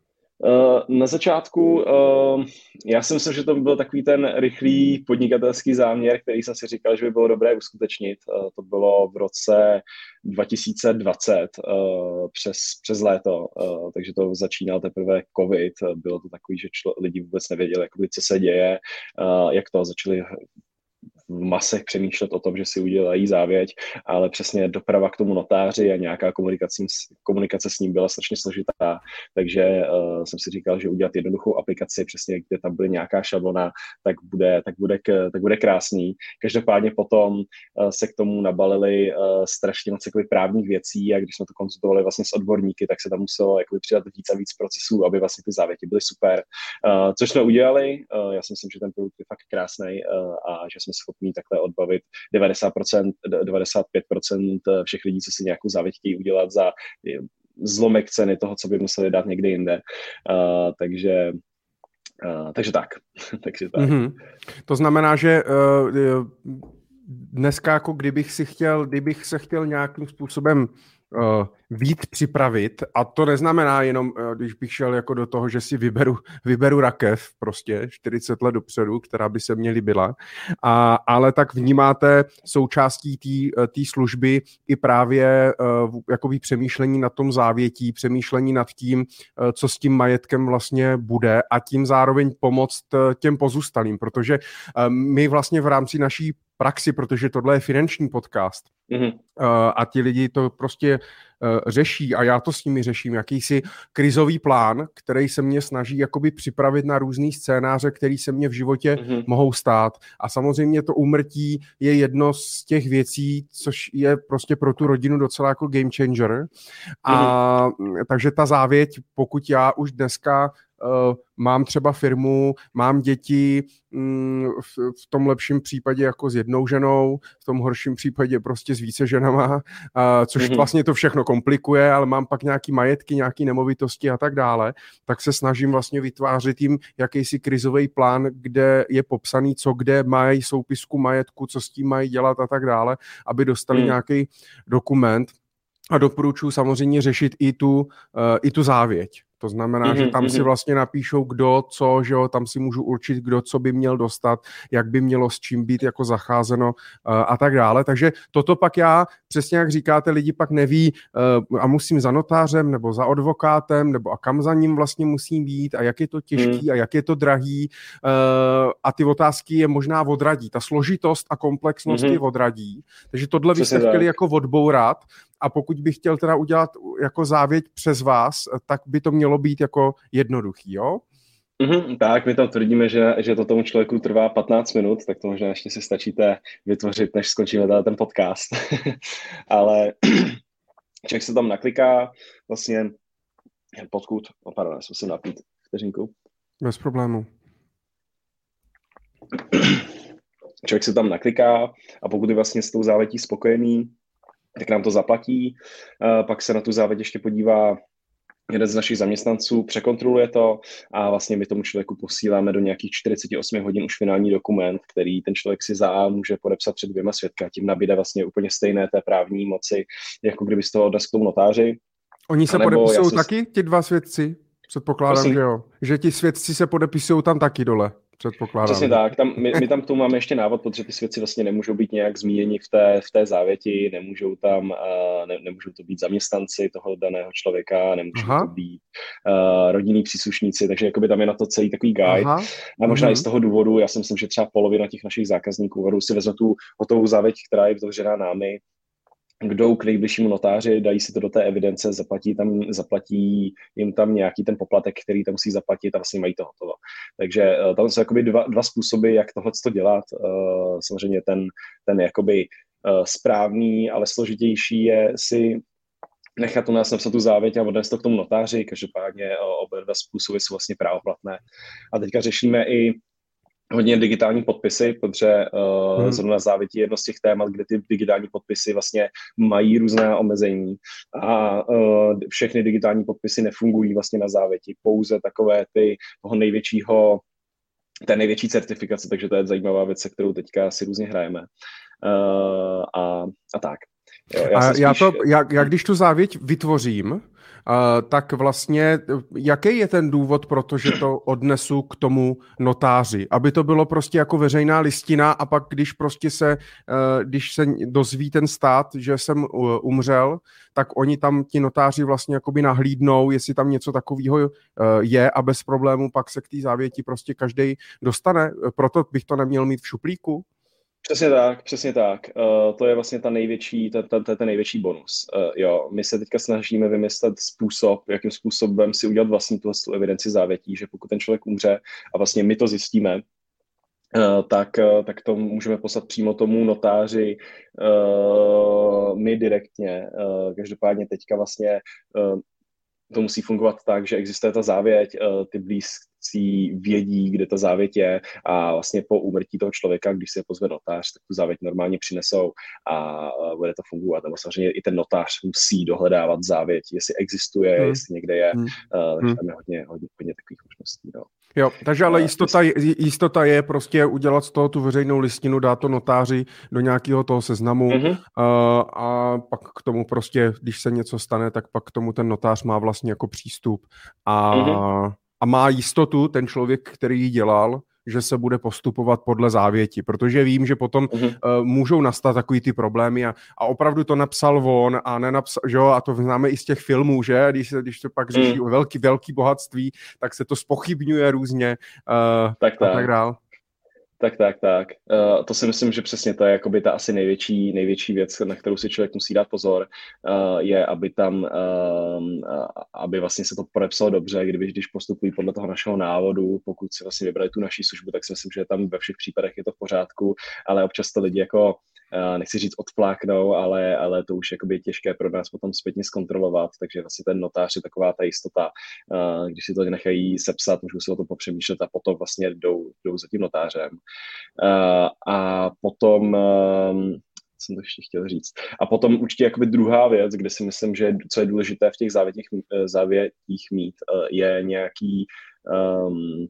Uh, na začátku, uh, já si myslím, že to byl takový ten rychlý podnikatelský záměr, který jsem si říkal, že by bylo dobré uskutečnit. Uh, to bylo v roce dva tisíce dvacet, uh, přes, přes léto, uh, takže to začínal teprve covid. Bylo to takový, že člo, lidi vůbec nevěděli, jakoby, co se děje, uh, jak to začali v masech přemýšlet o tom, že si udělají závěť, ale přesně doprava k tomu notáři a nějaká komunikace, komunikace s ním byla strašně složitá, takže uh, jsem si říkal, že udělat jednoduchou aplikaci, přesně kde tam bude nějaká šablona, tak bude, tak bude, tak bude krásný. Každopádně potom uh, se k tomu nabalili uh, strašně moc jakoby právních věcí a když jsme to konzultovali vlastně s odborníky, tak se tam muselo jakoby přidat víc a víc procesů, aby vlastně ty závěti byly super. Uh, což jsme udělali, uh, já si myslím, že ten produkt je fakt krásný uh, a že jsme schopni takhle odbavit devadesát procent, devadesát pět procent všech lidí, co si nějakou závěť chtějí udělat za zlomek ceny toho, co by museli dát někde jinde. Uh, takže Uh, takže tak. takže tak. Mm-hmm. To znamená, že uh, dneska, jako kdybych si chtěl, kdybych se chtěl nějakým způsobem uh, víc připravit, a to neznamená jenom, uh, když bych šel jako do toho, že si vyberu, vyberu rakev prostě čtyřicet let dopředu, která by se mě líbila, a, ale tak vnímáte součástí té služby i právě uh, jakoby přemýšlení nad tom závětí, přemýšlení nad tím, uh, co s tím majetkem vlastně bude a tím zároveň pomoct uh, těm pozůstalým, protože uh, my vlastně v rámci naší praxi, protože tohle je finanční podcast mm-hmm. uh, a ti lidi to prostě uh, řeší a já to s nimi řeším, jakýsi krizový plán, který se mě snaží jakoby připravit na různý scénáře, který se mě v životě mm-hmm. mohou stát. A samozřejmě to úmrtí je jedno z těch věcí, což je prostě pro tu rodinu docela jako game changer. A mm-hmm. takže ta závěť, pokud já už dneska Uh, mám třeba firmu, mám děti, mm, v, v tom lepším případě jako s jednou ženou, v tom horším případě prostě s více ženama, uh, což mm-hmm. vlastně to všechno komplikuje, ale mám pak nějaký majetky, nějaký nemovitosti a tak dále, tak se snažím vlastně vytvářet jim jakýsi krizový plán, kde je popsaný, co kde mají soupisku majetku, co s tím mají dělat a tak dále, aby dostali mm. nějaký dokument. A doporučuji samozřejmě řešit i tu, uh, i tu závěť. To znamená, mm-hmm, že tam mm-hmm. si vlastně napíšou kdo, co, že jo, tam si můžu určit, kdo, co by měl dostat, jak by mělo s čím být jako zacházeno uh, a tak dále. Takže toto pak já, přesně jak říkáte, lidi pak neví uh, a musím za notářem nebo za advokátem, nebo a kam za ním vlastně musím být a jak je to těžký mm. a jak je to drahý uh, a ty otázky je možná odradí. Ta složitost a komplexnost mm-hmm. je odradí. Takže tohle byste chtěli jako odbourat. A pokud bych chtěl teda udělat jako závěť přes vás, tak by to mělo být jako jednoduchý, jo? Mm-hmm, tak, my tam tvrdíme, že, že to tomu člověku trvá patnáct minut, tak to možná ještě si stačíte vytvořit, než skončíme tady ten podcast. Ale člověk se tam nakliká, vlastně podkud, oh, pardon, já jsem si napít vteřinku. Bez problému. Člověk se tam nakliká a pokud je vlastně s tou závětí spokojený, tak nám to zaplatí, pak se na tu závěť ještě podívá jeden z našich zaměstnanců, překontroluje to a vlastně my tomu člověku posíláme do nějakých čtyřicet osm hodin už finální dokument, který ten člověk si za A může podepsat před dvěma svědky a tím nabíde vlastně úplně stejné té právní moci, jako kdyby z toho odnesl k tomu notáři. Oni se podepisují si... taky, ti dva svědci? Předpokládám, Prosím. že jo. Že ti svědci se podepisují tam taky dole. Předpokládám. Přesně tak. Tam, my, my tam k tomu máme ještě návod, protože ty svědci vlastně nemůžou být nějak zmíněni v té, v té závěti, nemůžou tam, uh, ne, nemůžou to být zaměstnanci toho daného člověka, nemůžou Aha. to být uh, rodinní příslušníci, takže jakoby tam je na to celý takový guide. Aha. A možná mm-hmm. i z toho důvodu, já si myslím, že třeba polovina těch našich zákazníků si vezme tu hotovou závěť, která je vytvořená námi, jdou k nejbližšímu notáři, dají si to do té evidence, zaplatí, tam, zaplatí jim tam nějaký ten poplatek, který tam musí zaplatit a vlastně mají to hotovo. Takže uh, tam jsou jakoby dva, dva způsoby, jak tohle dělat. Uh, samozřejmě ten, ten jakoby uh, správný, ale složitější je si nechat u nás napsat tu závěť a odnést to k tomu notáři. Každopádně uh, oba dva způsoby jsou vlastně právoplatné. A teďka řešíme i hodně digitální podpisy, protože uh, hmm. zrovna závětí je jedno z těch témat, kde ty digitální podpisy vlastně mají různá omezení a uh, všechny digitální podpisy nefungují vlastně na závěti, pouze takové ty toho největšího, té největší certifikace, takže to je zajímavá věc, se kterou teďka si různě hrajeme. Uh, a, a tak. Jo, já, a spíš... já, to, já, já když tu závěť vytvořím, Uh, tak vlastně jaký je ten důvod, protože to odnesu k tomu notáři? Aby to bylo prostě jako veřejná listina a pak když prostě se, uh, když se dozví ten stát, že jsem uh, umřel, tak oni tam ti notáři vlastně jakoby nahlídnou, jestli tam něco takového uh, je a bez problému pak se k té závěti prostě každej dostane. Proto bych to neměl mít v šuplíku? Přesně tak, přesně tak. Uh, to je vlastně ta největší, ta, ta, ta, ten největší bonus. Uh, jo, my se teďka snažíme vymyslet způsob, jakým způsobem si udělat vlastní tu, tu evidenci závětí, že pokud ten člověk umře a vlastně my to zjistíme, Uh, tak, uh, tak to můžeme poslat přímo tomu notáři uh, my direktně. Uh, každopádně teďka vlastně uh, to musí fungovat tak, že existuje ta závěť, ty blízcí vědí, kde ta závěť je a vlastně po úmrtí toho člověka, když se pozve notář, tak tu závěť normálně přinesou a bude to fungovat. Nebo samozřejmě i ten notář musí dohledávat závěť, jestli existuje, hmm. jestli někde je. Hmm. Takže tam je hodně, hodně, hodně takových možností. No. Jo, takže ale jistota je, jistota je prostě udělat z toho tu veřejnou listinu, dát to notáři do nějakého toho seznamu mm-hmm. a, a pak k tomu prostě, když se něco stane, tak pak k tomu ten notář má vlastně jako přístup a, mm-hmm. a má jistotu ten člověk, který ji dělal, že se bude postupovat podle závěti, protože vím, že potom uh-huh. uh, můžou nastat takový ty problémy a, a opravdu to napsal on a nenapsal, že jo, a to známe i z těch filmů, že, když se, když to pak řeší uh-huh. o velký, velký bohatství, tak se to zpochybňuje různě uh, tak, a tak, tak dál. Tak, tak, tak. Uh, to si myslím, že přesně to je jakoby ta asi největší, největší věc, na kterou si člověk musí dát pozor, uh, je, aby tam, uh, aby vlastně se to podepsalo dobře, kdyby, když postupují podle toho našeho návodu, pokud si vlastně vybrali tu naší službu, tak si myslím, že tam ve všech případech je to v pořádku, ale občas to lidi jako Uh, nechci říct odfláknou, ale, ale to už jakoby je těžké pro nás potom zpětně zkontrolovat, takže vlastně ten notář je taková ta jistota, uh, když si to nechají sepsat, můžou si o tom popřemýšlet a potom vlastně jdou, jdou za tím notářem. Uh, a potom um, jsem to ještě chtěl říct. A potom určitě jakoby druhá věc, kde si myslím, že co je důležité v těch závětích, závětích mít, uh, je nějaký um,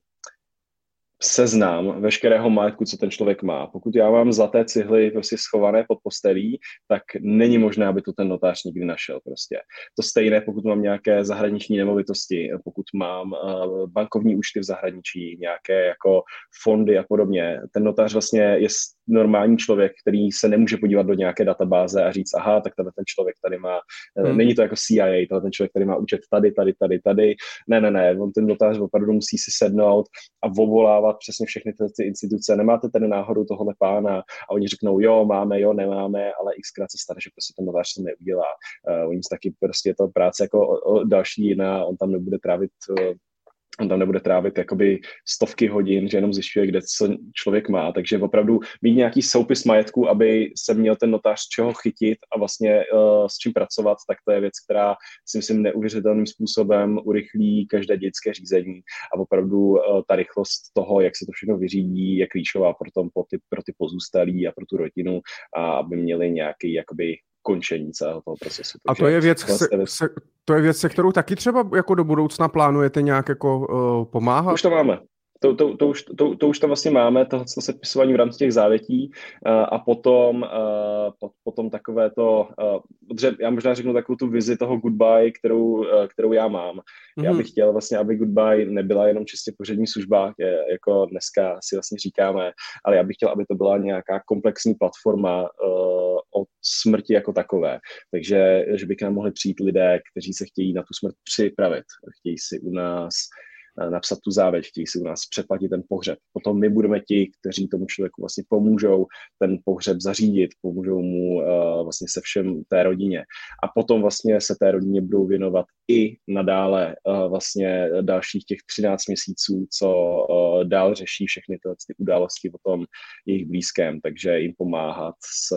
seznam veškerého majetku, co ten člověk má. Pokud já mám zlaté cihly prostě schované pod postelí, tak není možné, aby to ten notář nikdy našel prostě. To stejné, pokud mám nějaké zahraniční nemovitosti, pokud mám uh, bankovní účty v zahraničí, nějaké jako fondy a podobně. Ten notář vlastně je normální člověk, který se nemůže podívat do nějaké databáze a říct, aha, tak ten člověk tady má, hmm. není to jako C I A, ten člověk tady má účet tady, tady, tady, tady. Ne, ne, ne, on ten notář opravdu musí si sednout a vovolávat přesně všechny ty, ty instituce. Nemáte tady náhodou tohle pána a oni řeknou, jo, máme, jo, nemáme, ale xkrát se stane, že prostě ten notář to neudělá. Uh, oni taky prostě je to práce jako o, o další jiná, on tam nebude trávit uh, on tam nebude trávit jakoby stovky hodin, že jenom zjišťuje, kde co člověk má. Takže opravdu mít nějaký soupis majetku, aby se měl ten notář z čeho chytit a vlastně uh, s čím pracovat, tak to je věc, která si myslím neuvěřitelným způsobem urychlí každé dětské řízení a opravdu uh, ta rychlost toho, jak se to všechno vyřídí, je klíčová pro, tom, pro, ty, pro ty pozůstalí a pro tu rodinu a aby měli nějaký jakoby končení celého toho procesu. A to je věc, se, se, to je věc, se kterou taky třeba jako do budoucna plánujete nějak jako uh, pomáhat? Už to máme. To, to, to, už, to, to už tam vlastně máme, tohle sepisování v rámci těch závětí uh, a potom, uh, po, potom takové to, uh, já možná řeknu takovou tu vizi toho goodbye, kterou, uh, kterou já mám. Mm-hmm. Já bych chtěl vlastně, aby goodbye nebyla jenom čistě pohřební služba, je, jako dneska si vlastně říkáme, ale já bych chtěl, aby to byla nějaká komplexní platforma uh, od smrti jako takové. Takže že by k nám mohli přijít lidé, kteří se chtějí na tu smrt připravit, chtějí si u nás napsat tu závěť, chtějí si u nás předplatit ten pohřeb. Potom my budeme ti, kteří tomu člověku vlastně pomůžou ten pohřeb zařídit, pomůžou mu uh, vlastně se všem té rodině. A potom vlastně se té rodině budou věnovat i nadále uh, vlastně dalších těch třináct měsíců, co uh, dál řeší všechny ty, ty události o tom jejich blízkém, takže jim pomáhat s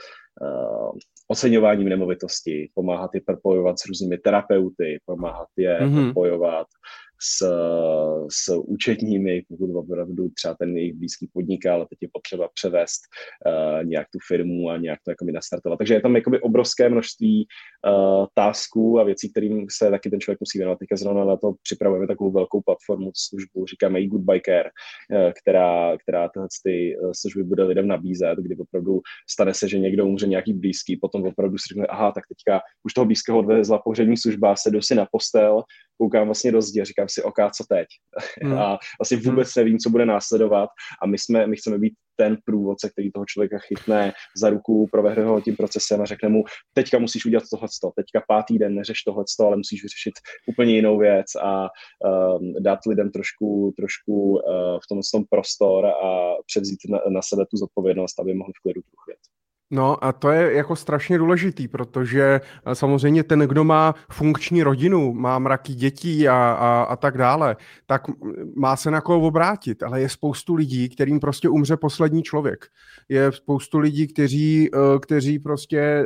uh, oceňováním nemovitosti, pomáhat je propojovat s různými terapeuty, pomáhat je mm-hmm. propojovat s, s účetními, pokud opravdu třeba ten jejich blízký podniká, ale teď je potřeba převést uh, nějak tu firmu a nějak to jakoby nastartovat. Takže je tam jakoby obrovské množství uh, tasků a věcí, kterým se taky ten člověk musí věnovat. Teďka zrovna na to připravujeme takovou velkou platformu, službu, říkáme jí Goodbye Care, uh, která, která tyhle ty služby bude lidem nabízet, kdy opravdu stane se, že někdo umře nějaký blízký, potom opravdu si řekne, aha, tak teďka už toho blízkého odvezla pohřební služba, sedu si na postel, koukám vlastně do zdi a říkám si, ok, co teď? Hmm. A vlastně vůbec nevím, co bude následovat a my, jsme, my chceme být ten průvodce, který toho člověka chytne za ruku, provede ho tím procesem a řekne mu, teďka musíš udělat tohleto, teďka pátý den neřeš tohleto, ale musíš vyřešit úplně jinou věc a um, dát lidem trošku, trošku uh, v tomhle tom prostor a převzít na, na sebe tu zodpovědnost, aby mohli v klidu truchvět. No a to je jako strašně důležitý, protože samozřejmě ten, kdo má funkční rodinu, má mraky dětí a, a, a tak dále, tak má se na koho obrátit, ale je spoustu lidí, kterým prostě umře poslední člověk. Je spoustu lidí, kteří, kteří prostě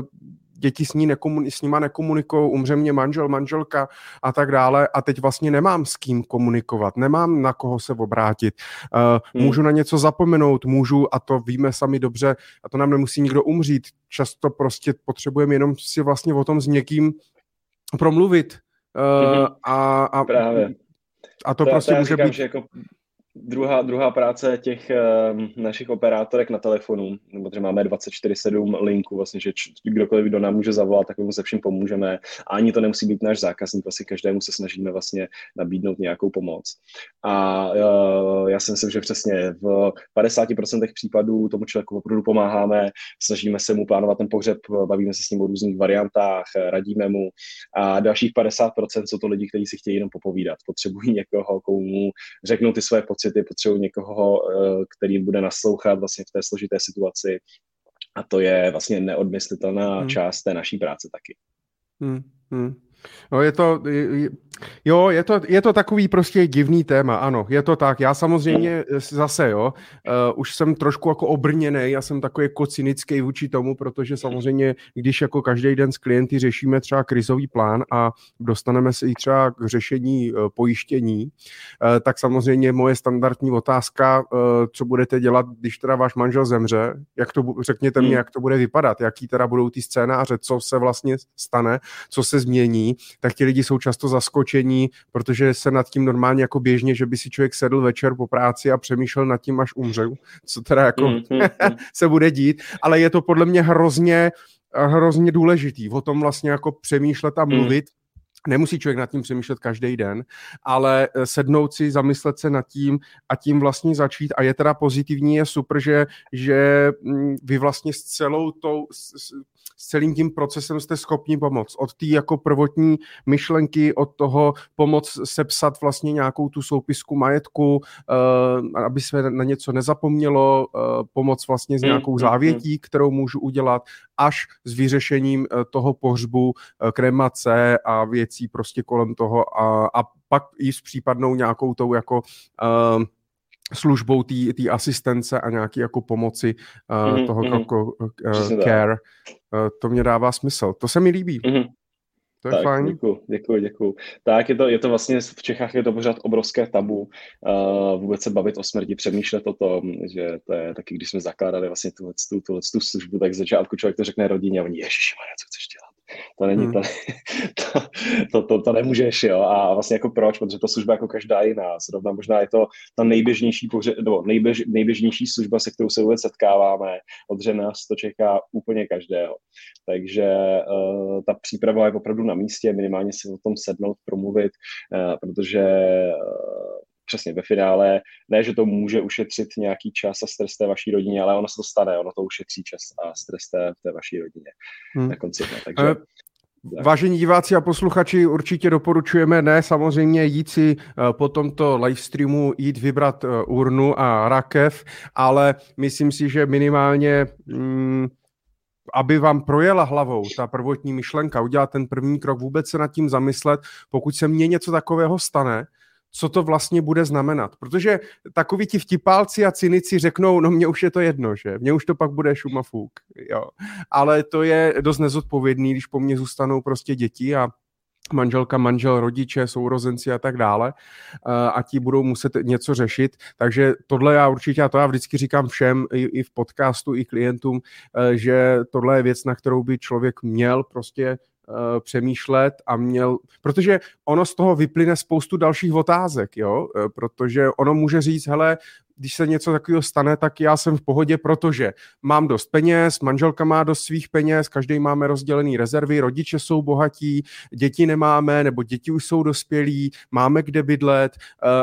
děti s, ní nekomun- s nima nekomunikují, umře mě manžel, manželka a tak dále a teď vlastně nemám s kým komunikovat, nemám na koho se obrátit, uh, hmm. můžu na něco zapomenout, můžu, a to víme sami dobře, a to nám nemusí nikdo umřít, často prostě potřebujeme jenom si vlastně o tom s někým promluvit uh, hmm. a, a, Právě. a to, to prostě to může říkám, být... že jako Druhá, druhá práce těch uh, našich operátorek na telefonu, protože máme dvacet čtyři sedm linku, vlastně, že č- kdokoliv, kdo nám může zavolat, tak mu se vším pomůžeme. A ani to nemusí být náš zákazník, vlastně každému se snažíme vlastně nabídnout nějakou pomoc. A uh, já si myslím, že přesně v padesát procent případů tomu člověku opravdu pomáháme, snažíme se mu plánovat ten pohřeb, bavíme se s ním o různých variantách, radíme mu. A dalších padesát procent jsou to lidi, kteří si chtějí jenom popovídat. Potřebují někoho, komu řeknou ty své pocity, potřebují někoho, který bude naslouchat vlastně v té složité situaci, a to je vlastně neodmyslitelná hmm. část té naší práce taky. Hmm. Hmm. No je to, je, jo, je to, je to takový prostě divný téma, ano, je to tak. Já samozřejmě zase, jo, uh, už jsem trošku jako obrněnej, já jsem takový jako cynický vůči tomu, protože samozřejmě, když jako každý den s klienty řešíme třeba krizový plán a dostaneme se i třeba k řešení uh, pojištění, uh, tak samozřejmě moje standardní otázka, uh, co budete dělat, když teda váš manžel zemře, jak to, řekněte hmm. mi, jak to bude vypadat, jaký teda budou ty scénáře, co se vlastně stane, co se změní, tak ti lidi jsou často zaskočení, protože se nad tím normálně jako běžně, že by si člověk sedl večer po práci a přemýšlel nad tím, až umřel, co teda jako mm, mm, mm. se bude dít, ale je to podle mě hrozně, hrozně důležitý o tom vlastně jako přemýšlet a mluvit. Mm. Nemusí člověk nad tím přemýšlet každý den, ale sednout si, zamyslet se nad tím a tím vlastně začít. A je teda pozitivní, je super, že, že vy vlastně s celou tou, s, s celým tím procesem jste schopni pomoct. Od té jako prvotní myšlenky, od toho pomoct sepsat vlastně nějakou tu soupisku majetku, uh, aby se na něco nezapomnělo, uh, pomoct vlastně s nějakou závětí, kterou můžu udělat, až s vyřešením uh, toho pohřbu, uh, kremace a věcí prostě kolem toho a, a pak i s případnou nějakou tou jako uh, službou té asistence a nějaký jako pomoci uh, mm-hmm, toho mm-hmm. jako uh, care. Uh, to mě dává smysl. To se mi líbí. Mm-hmm. To je tak, fajn. Děkuju, děkuju, děkuju. Tak je to, je to vlastně, v Čechách je to pořád obrovské tabu, uh, vůbec se bavit o smrti, přemýšlet o tom, že to je taky, když jsme zakládali vlastně tuhle, tuhle, tu službu, tak z začátku člověk to řekne rodině a oni, ježišmarja, co chceš dělat? To není, hmm. to, to, to, to, to nemůžeš, jo, a vlastně jako proč, protože to služba jako každá jiná, zrovna možná je to ta nejběžnější, no, nejběž, nejběžnější služba, se kterou se vůbec setkáváme, protože nás to čeká úplně každého, takže uh, ta příprava je opravdu na místě, minimálně si o tom sednout, promluvit, uh, protože uh, přesně ve finále, ne, že to může ušetřit nějaký čas a stres té vaší rodině, ale ono se to stane, ono to ušetří čas a stres té, té vaší rodině hmm. na konci dne. Takže, uh, vážení diváci a posluchači, určitě doporučujeme, ne samozřejmě jít si uh, po tomto livestreamu jít vybrat uh, urnu a rakev, ale myslím si, že minimálně um, aby vám projela hlavou ta prvotní myšlenka, udělat ten první krok, vůbec se nad tím zamyslet, pokud se mně něco takového stane, co to vlastně bude znamenat. Protože takoví ti vtipálci a cynici řeknou, no mně už je to jedno, že? Mně už to pak bude šum a fůk. Jo. Ale to je dost nezodpovědný, když po mně zůstanou prostě děti a manželka, manžel, rodiče, sourozenci a tak dále a ti budou muset něco řešit. Takže tohle já určitě, a to já vždycky říkám všem i, i v podcastu, i klientům, že tohle je věc, na kterou by člověk měl prostě přemýšlet a měl, protože ono z toho vyplyne spoustu dalších otázek, jo, protože ono může říct, hele, když se něco takového stane, tak já jsem v pohodě, protože mám dost peněz, manželka má dost svých peněz, každý máme rozdělený rezervy, rodiče jsou bohatí, děti nemáme, nebo děti už jsou dospělí, máme kde bydlet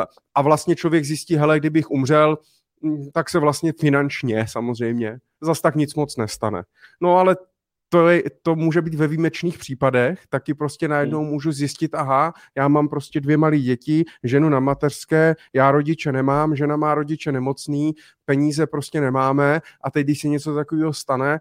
a vlastně člověk zjistí, hele, kdybych umřel, tak se vlastně finančně samozřejmě zas tak nic moc nestane. No ale to, je, to může být ve výjimečných případech, taky prostě najednou hmm. můžu zjistit, aha, já mám prostě dvě malé děti, ženu na mateřské, já rodiče nemám, žena má rodiče nemocný, peníze prostě nemáme a teď, když se něco takového stane,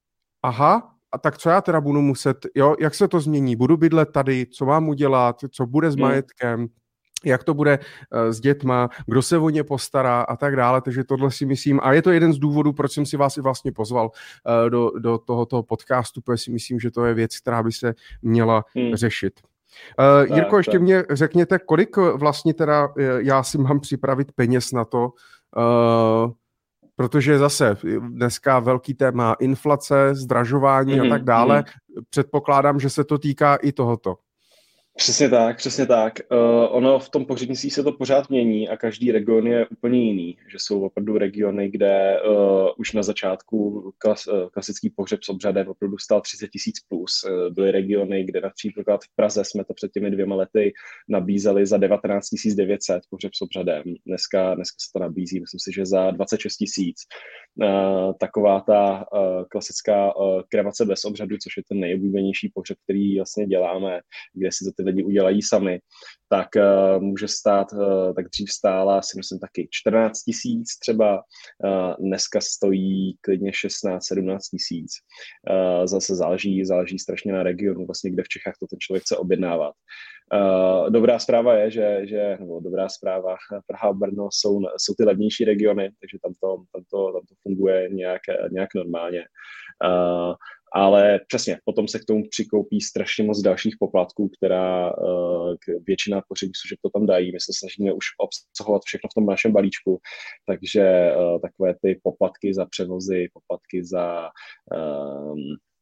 aha, a tak co já teda budu muset, jo, jak se to změní, budu bydlet tady, co mám udělat, co bude s majetkem, jak to bude uh, s dětma, kdo se o ně postará a tak dále, takže tohle si myslím, a je to jeden z důvodů, proč jsem si vás i vlastně pozval uh, do, do tohoto podcastu, protože si myslím, že to je věc, která by se měla hmm. řešit. Uh, tak, Jirko, ještě tak. mě řekněte, kolik vlastně teda já si mám připravit peněz na to, uh, protože zase dneska velký téma inflace, zdražování mm-hmm, a tak dále. Mm-hmm. Předpokládám, že se to týká i tohoto. Přesně tak, přesně tak. Uh, ono v tom pohřebnictví se to pořád mění a každý region je úplně jiný. Že jsou opravdu regiony, kde uh, už na začátku klas, uh, klasický pohřeb s obřadem opravdu stál třicet tisíc plus. Uh, byly regiony, kde například v Praze jsme to před těmi dvěma lety nabízeli za devatenáct tisíc devět set pohřeb s obřadem. Dneska, dneska se to nabízí, myslím si, že za dvacet šest tisíc. Uh, taková ta uh, klasická uh, kremace bez obřadu, což je ten nejoblíbenější pohřeb, který vlastně děláme, kde si to ty lidi udělají sami, tak uh, může stát, uh, tak dřív stála, si myslím, taky čtrnáct tisíc třeba, uh, dneska stojí klidně šestnáct sedmnáct tisíc. Uh, zase záleží, záleží strašně na regionu, vlastně, kde v Čechách to ten člověk chce objednávat. Uh, dobrá zpráva je, že, že nebo dobrá zpráva, Praha a Brno jsou, jsou ty levnější regiony, takže tam to, tam to, tam to funguje nějak, nějak normálně. Uh, ale přesně, potom se k tomu přikoupí strašně moc dalších poplatků, která uh, většina pohřebních služeb to tam dají. My se snažíme už obsahovat všechno v tom našem balíčku, takže uh, takové ty poplatky za převozy, poplatky za um,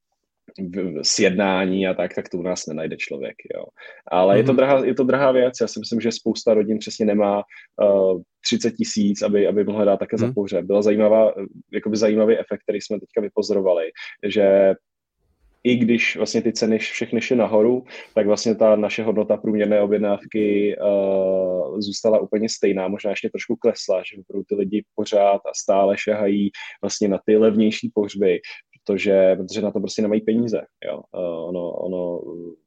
sjednání a tak, tak to u nás nenajde člověk, jo. Ale mm-hmm. je to drahá, je to drahá věc, já si myslím, že spousta rodin přesně nemá uh, třicet tisíc, aby, aby mohla dát také mm-hmm. za pohřeb. Byla zajímavá, jakoby zajímavý efekt, který jsme teďka vypozorovali, že i když vlastně ty ceny všechny šly nahoru, tak vlastně ta naše hodnota průměrné objednávky uh, zůstala úplně stejná, možná ještě trošku klesla, že opravdu ty lidi pořád a stále šahají vlastně na ty levnější pohřby, protože, protože na to prostě nemají peníze. Jo. Uh, ono, ono,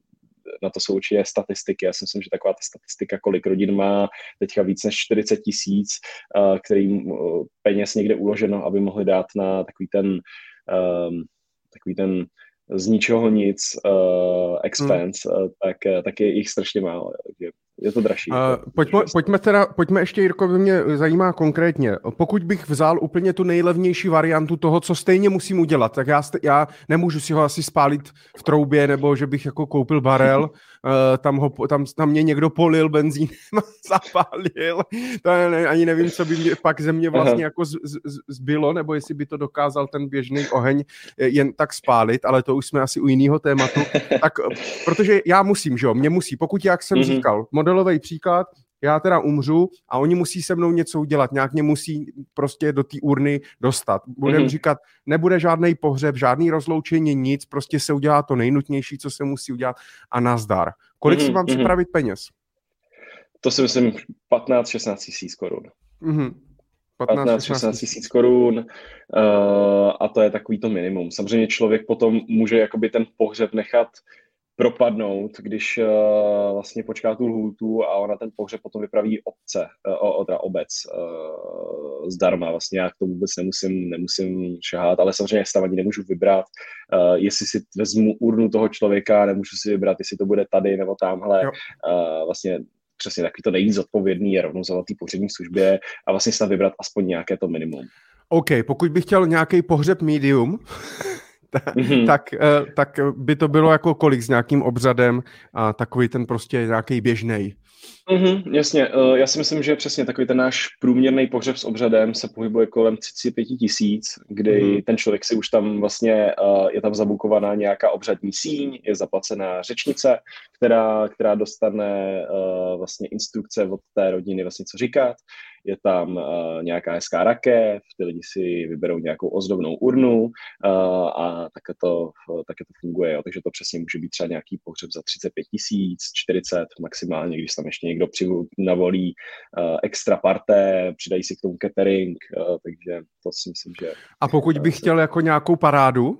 na to jsou určitě statistiky. Já si myslím, že taková ta statistika, kolik rodin má teďka víc než čtyřicet tisíc, uh, kterým uh, peněz někde uloženo, aby mohli dát na takový ten um, takový ten z ničeho nic uh, expense, hmm. uh, tak, tak je jich strašně málo. Takže je to dražší. Uh, pojďme, pojďme teda, pojďme ještě, Jirko, mě zajímá konkrétně. Pokud bych vzal úplně tu nejlevnější variantu toho, co stejně musím udělat, tak já, já nemůžu si ho asi spálit v troubě, nebo že bych jako koupil barel, uh, tam, ho, tam, tam mě někdo polil benzín, zapálil. To ne, ani nevím, co by mě pak ze mě vlastně Aha. jako z, z, zbylo, nebo jestli by to dokázal ten běžný oheň jen tak spálit, ale to už jsme asi u jiného tématu. Tak, protože já musím, že jo, mě musí, pokud jak jsem mm-hmm. říkal, modelový příklad, já teda umřu a oni musí se mnou něco udělat, nějak mě musí prostě do té urny dostat. Budem mm-hmm. říkat, nebude žádný pohřeb, žádný rozloučení, nic, prostě se udělá to nejnutnější, co se musí udělat a nazdar. Kolik mm-hmm. si mám mm-hmm. připravit peněz? To si myslím patnáct šestnáct tisíc korun. Mm-hmm. patnáct šestnáct tisíc korun uh, a to je takový to minimum. Samozřejmě člověk potom může jakoby ten pohřeb nechat propadnout, když uh, vlastně počká tu lhůtu a ona ten pohřeb potom vypraví obce, uh, teda obec uh, zdarma. Vlastně já k tomu vůbec nemusím, nemusím šahat, ale samozřejmě stav ani nemůžu vybrat, uh, jestli si vezmu urnu toho člověka, nemůžu si vybrat, jestli to bude tady nebo tamhle. Uh, vlastně přesně takový to nejvíc zodpovědný je rovnou za té pohřební službě a vlastně snad vybrat aspoň nějaké to minimum. OK, pokud bych chtěl nějaký pohřeb medium, tak, mm-hmm. tak, tak by to bylo jako kolik s nějakým obřadem a takový ten prostě nějaký běžnej. Mm-hmm, jasně, já si myslím, že přesně takový ten náš průměrný pohřeb s obřadem se pohybuje kolem třicet pět tisíc, kdy mm-hmm. ten člověk si už tam vlastně, je tam zabukovaná nějaká obřadní síň, je zaplacená řečnice, která, která dostane vlastně instrukce od té rodiny vlastně co říkat, je tam uh, nějaká hezká rakev, ty lidi si vyberou nějakou ozdobnou urnu uh, a také to, také to funguje. Jo. Takže to přesně může být třeba nějaký pohřeb za třicet pět tisíc, čtyřicet maximálně, když tam ještě někdo přivů, navolí uh, extra parté, přidají si k tomu catering, uh, takže to si myslím, že... A pokud bych chtěl jako nějakou parádu,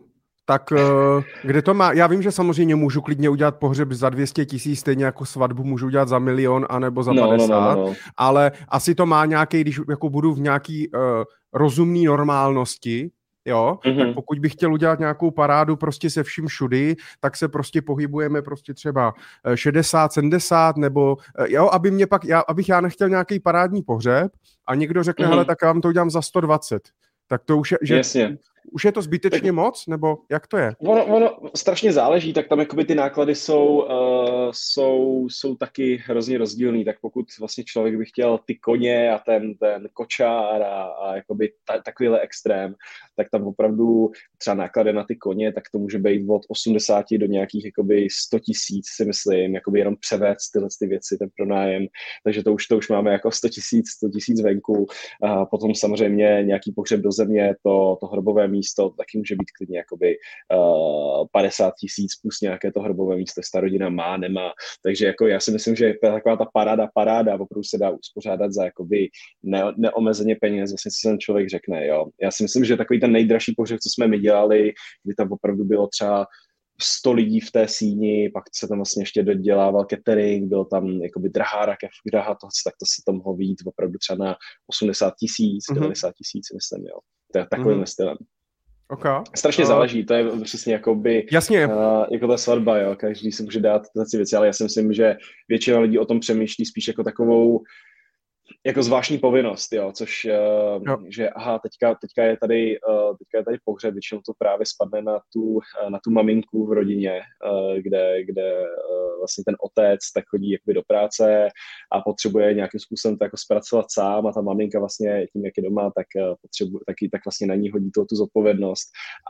tak kde to má? Já vím, že samozřejmě můžu klidně udělat pohřeb za dvě stě tisíc, stejně jako svatbu můžu udělat za milion anebo za no, padesát, no, no, no, no. ale asi to má nějaký, když jako budu v nějaký uh, rozumný normálnosti, jo, mm-hmm. tak pokud bych chtěl udělat nějakou parádu prostě se vším všudy, tak se prostě pohybujeme prostě třeba šedesát, sedmdesát, nebo jo, aby mě pak, já, abych já nechtěl nějaký parádní pohřeb a někdo řekne, mm-hmm. hele, tak já vám to udělám za sto dvacet. Tak to už je, že, Jasně. Už je to zbytečně tak, moc, nebo jak to je? Ono, ono strašně záleží, tak tam jakoby ty náklady jsou, uh, jsou, jsou taky hrozně rozdílný, tak pokud vlastně člověk by chtěl ty koně a ten, ten kočár a, a jakoby ta, takovýhle extrém, tak tam opravdu třeba náklady na ty koně, tak to může být od osmdesát do nějakých jakoby sto tisíc, si myslím, jakoby jenom převést tyhle ty věci, ten pronájem, takže to už, to už máme jako sto tisíc, sto tisíc venku, a potom samozřejmě nějaký pohřeb do země, to, to hrobové místo taky může být klidně jakoby uh, padesát tisíc plus nějaké to hrobové místo, ta rodina má, nemá, takže jako já si myslím, že taková ta paráda, paráda, opravdu se dá uspořádat za jakoby ne, neomezeně peněz, vlastně co ten člověk řekne, jo. Já si myslím, že takový ten nejdražší pohřeb, co jsme my dělali, kdy tam opravdu bylo třeba sto lidí v té síni, pak se tam vlastně ještě dodělával catering, byl tam jakoby drahá rakev, drahá to, tak to se tam mohlo vyjít opravdu třeba na osmdesát tisíc, mm-hmm. devadesát tisíc, myslím, jo. To je takovým mm-hmm. stylem. Okay. Strašně uh, záleží, to je přesně jakoby, jasně. Uh, jako ta svatba, jo, každý si může dát tyhle věci, ale já si myslím, že většina lidí o tom přemýšlí spíš jako takovou jako zvláštní povinnost, jo, což, uh, jo. že aha, teďka, teďka, je tady, uh, teďka je tady pohřeb, většinou to právě spadne na tu, uh, na tu maminku v rodině, uh, kde, kde uh, vlastně ten otec tak chodí jakoby do práce a potřebuje nějakým způsobem to jako zpracovat sám a ta maminka vlastně tím, jak je doma, tak, uh, potřebuje, taky, tak vlastně na ní hodí to, tu zodpovědnost.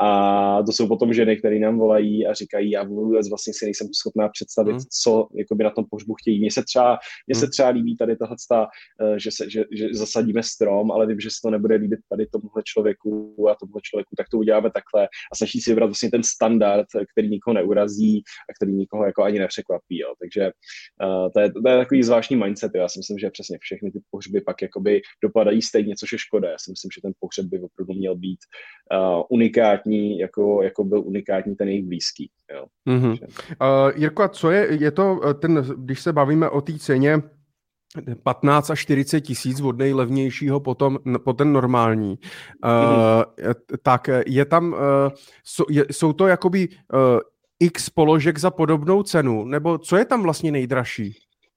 A to jsou potom ženy, které nám volají a říkají, já vůbec vlastně si nejsem schopná představit, hmm. co jakoby na tom pohřbu chtějí. Mně se třeba, mně hmm. se třeba líbí tady tahleta, uh, Že, se, že, že zasadíme strom, ale vím, že se to nebude líbit tady tomuhle člověku a tomuhle člověku, tak to uděláme takhle a snaží si vybrat vlastně ten standard, který nikoho neurazí a který nikoho jako ani nepřekvapí, jo. Takže uh, to, je, to je takový zvláštní mindset, jo. Já si myslím, že přesně všechny ty pohřby pak jakoby dopadají stejně, což je škoda. Já si myslím, že ten pohřeb by opravdu měl být uh, unikátní, jako, jako byl unikátní ten jejich blízký, jo. Mm-hmm. Uh, Jirko, a co je, je to ten, když se bavíme o té ceně, patnáct až čtyřicet tisíc od nejlevnějšího potom, po ten normální. Mm-hmm. Uh, tak je tam, uh, jsou, je, jsou to jakoby uh, x položek za podobnou cenu, nebo co je tam vlastně nejdražší?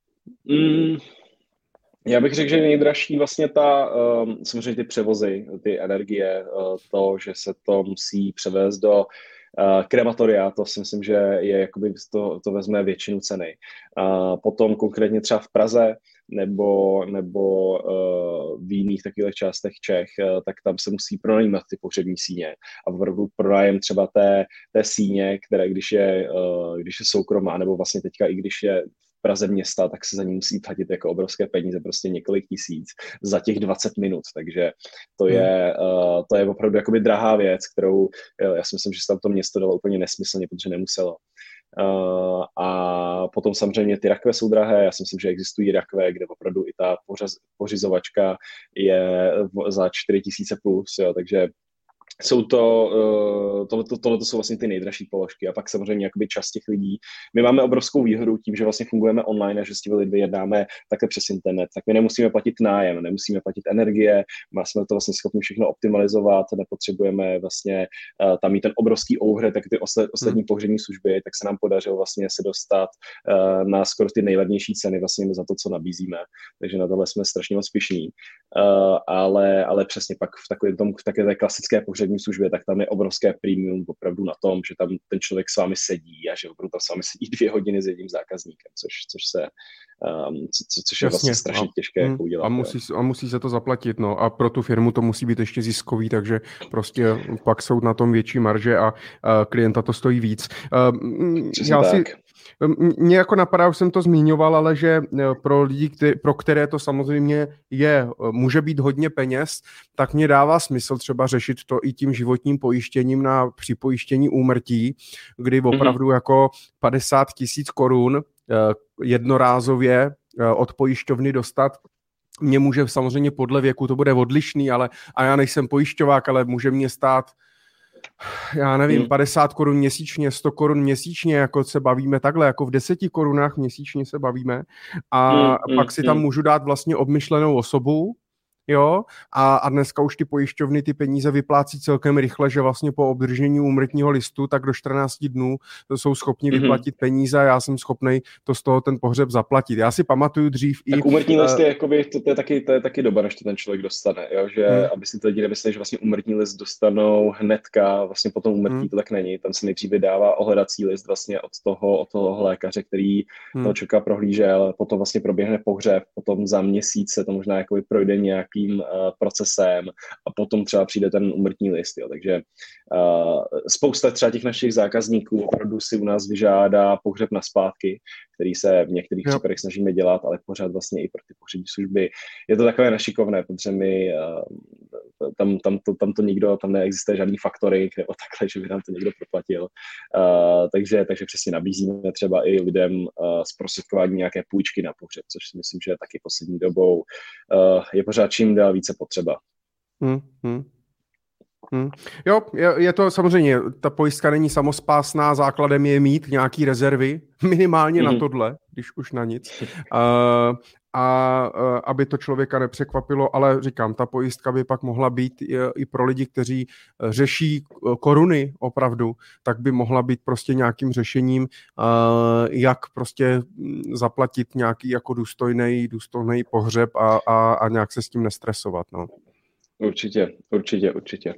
Mm, já bych řekl, že nejdražší vlastně ta, um, samozřejmě ty převozy, ty energie, uh, to, že se to musí převést do Uh, krematoria, to si myslím, že je jakoby to, to vezme většinu ceny. Uh, potom konkrétně třeba v Praze nebo, nebo uh, v jiných takových částech Čech, uh, tak tam se musí pronajímat ty pohřební síně. A opravdu pronájem třeba té, té síně, které když je, uh, když je soukromá, nebo vlastně teďka i když je Praze města, tak se za ní musí platit jako obrovské peníze, prostě několik tisíc za těch dvacet minut, takže to je, hmm. uh, to je opravdu jakoby drahá věc, kterou já si myslím, že se tam to město dalo úplně nesmyslně, protože nemuselo. Uh, a potom samozřejmě ty rakve jsou drahé, já si myslím, že existují rakve, kde opravdu i ta pořaz, pořizovačka je za čtyři tisíce plus, jo, takže jsou to, uh, tohle, tohle jsou vlastně ty nejdražší položky a pak samozřejmě jakoby čas těch lidí. My máme obrovskou výhodu tím, že vlastně fungujeme online a že s těmi lidmi jednáme takhle přes internet, tak my nemusíme platit nájem, nemusíme platit energie, jsme to vlastně schopni všechno optimalizovat, nepotřebujeme vlastně uh, tam mít ten obrovský overhead, tak ty osle, ostatní hmm. pohřební služby, tak se nám podařilo vlastně se dostat uh, na skoro ty nejlevnější ceny vlastně za to, co nabízíme. Takže na tohle jsme strašně moc pyšní. Uh, ale, ale přesně pak v takové tom, v takové klasické pohřební službě, tak tam je obrovské premium opravdu na tom, že tam ten člověk s vámi sedí a že opravdu tam s vámi sedí dvě hodiny s jedním zákazníkem, což, což se um, co, což je Jasně. vlastně strašně a, těžké jako udělat. A musí, a musí se to zaplatit, no a pro tu firmu to musí být ještě ziskový, takže prostě pak jsou na tom větší marže a, a klienta to stojí víc. Uh, já si, mě jako napadá, už jsem to zmiňoval, ale že pro lidi, který, pro které to samozřejmě je, může být hodně peněz, tak mě dává smysl třeba řešit to i tím životním pojištěním na připojištění úmrtí, kdy opravdu mm-hmm. jako padesát tisíc korun jednorázově od pojišťovny dostat. Mě může samozřejmě podle věku, to bude odlišný, ale a já nejsem pojišťovák, ale může mě stát já nevím, Hmm. padesát korun měsíčně, sto korun měsíčně, jako se bavíme takhle, jako v deseti korunách měsíčně se bavíme a Hmm, hmm, pak si tam hmm. můžu dát vlastně obmyšlenou osobu, jo, a, a dneska už ty pojišťovny ty peníze vyplácí celkem rychle, že vlastně po obdržení úmrtního listu, tak do čtrnácti dnů jsou schopni Mhm. vyplatit peníze a já jsem schopnej to z toho ten pohřeb zaplatit. Já si pamatuju dřív i... Tak úmrtní list uh, je, jakoby, to, to, je taky, to je taky doba, než to ten člověk dostane, jo? Že hmm. aby si to lidi nemysleli, že vlastně úmrtní list dostanou hnedka, vlastně po tom úmrtí hmm. to tak není, tam se nejdřív vydává ohledací list vlastně od toho, od toho lékaře, který hmm. toho člověka prohlížel, potom vlastně proběhne pohřeb, potom za měsíc se to možná jakoby projde nějakým uh, procesem a potom třeba přijde ten úmrtní list, jo? Takže uh, spousta třeba těch našich zákazníků opravdu si u nás vyžádá pohřeb na zpátky, který se v některých jo. případech snažíme dělat, ale pořád vlastně i pro ty pohřební služby. Je to takové našikovné, protože my uh, tam, tam, to, tam to nikdo, tam neexistuje žádný faktoring nebo takhle, že by nám to někdo proplatil. Uh, takže, takže přesně nabízíme třeba i lidem uh, zprostředkování nějaké půjčky na pohřeb, což si myslím, že je taky poslední dobou uh, je pořád čím dál více potřeba. Hmm, hmm. Hmm. Jo, je, je to samozřejmě, ta pojistka není samospásná, základem je mít nějaký rezervy, minimálně mm-hmm. na tohle, když už na nic, uh, a uh, aby to člověka nepřekvapilo, ale říkám, ta pojistka by pak mohla být i, i pro lidi, kteří řeší koruny opravdu, tak by mohla být prostě nějakým řešením, uh, jak prostě zaplatit nějaký jako důstojný, důstojný pohřeb a, a, a nějak se s tím nestresovat, no. Určitě, určitě, určitě.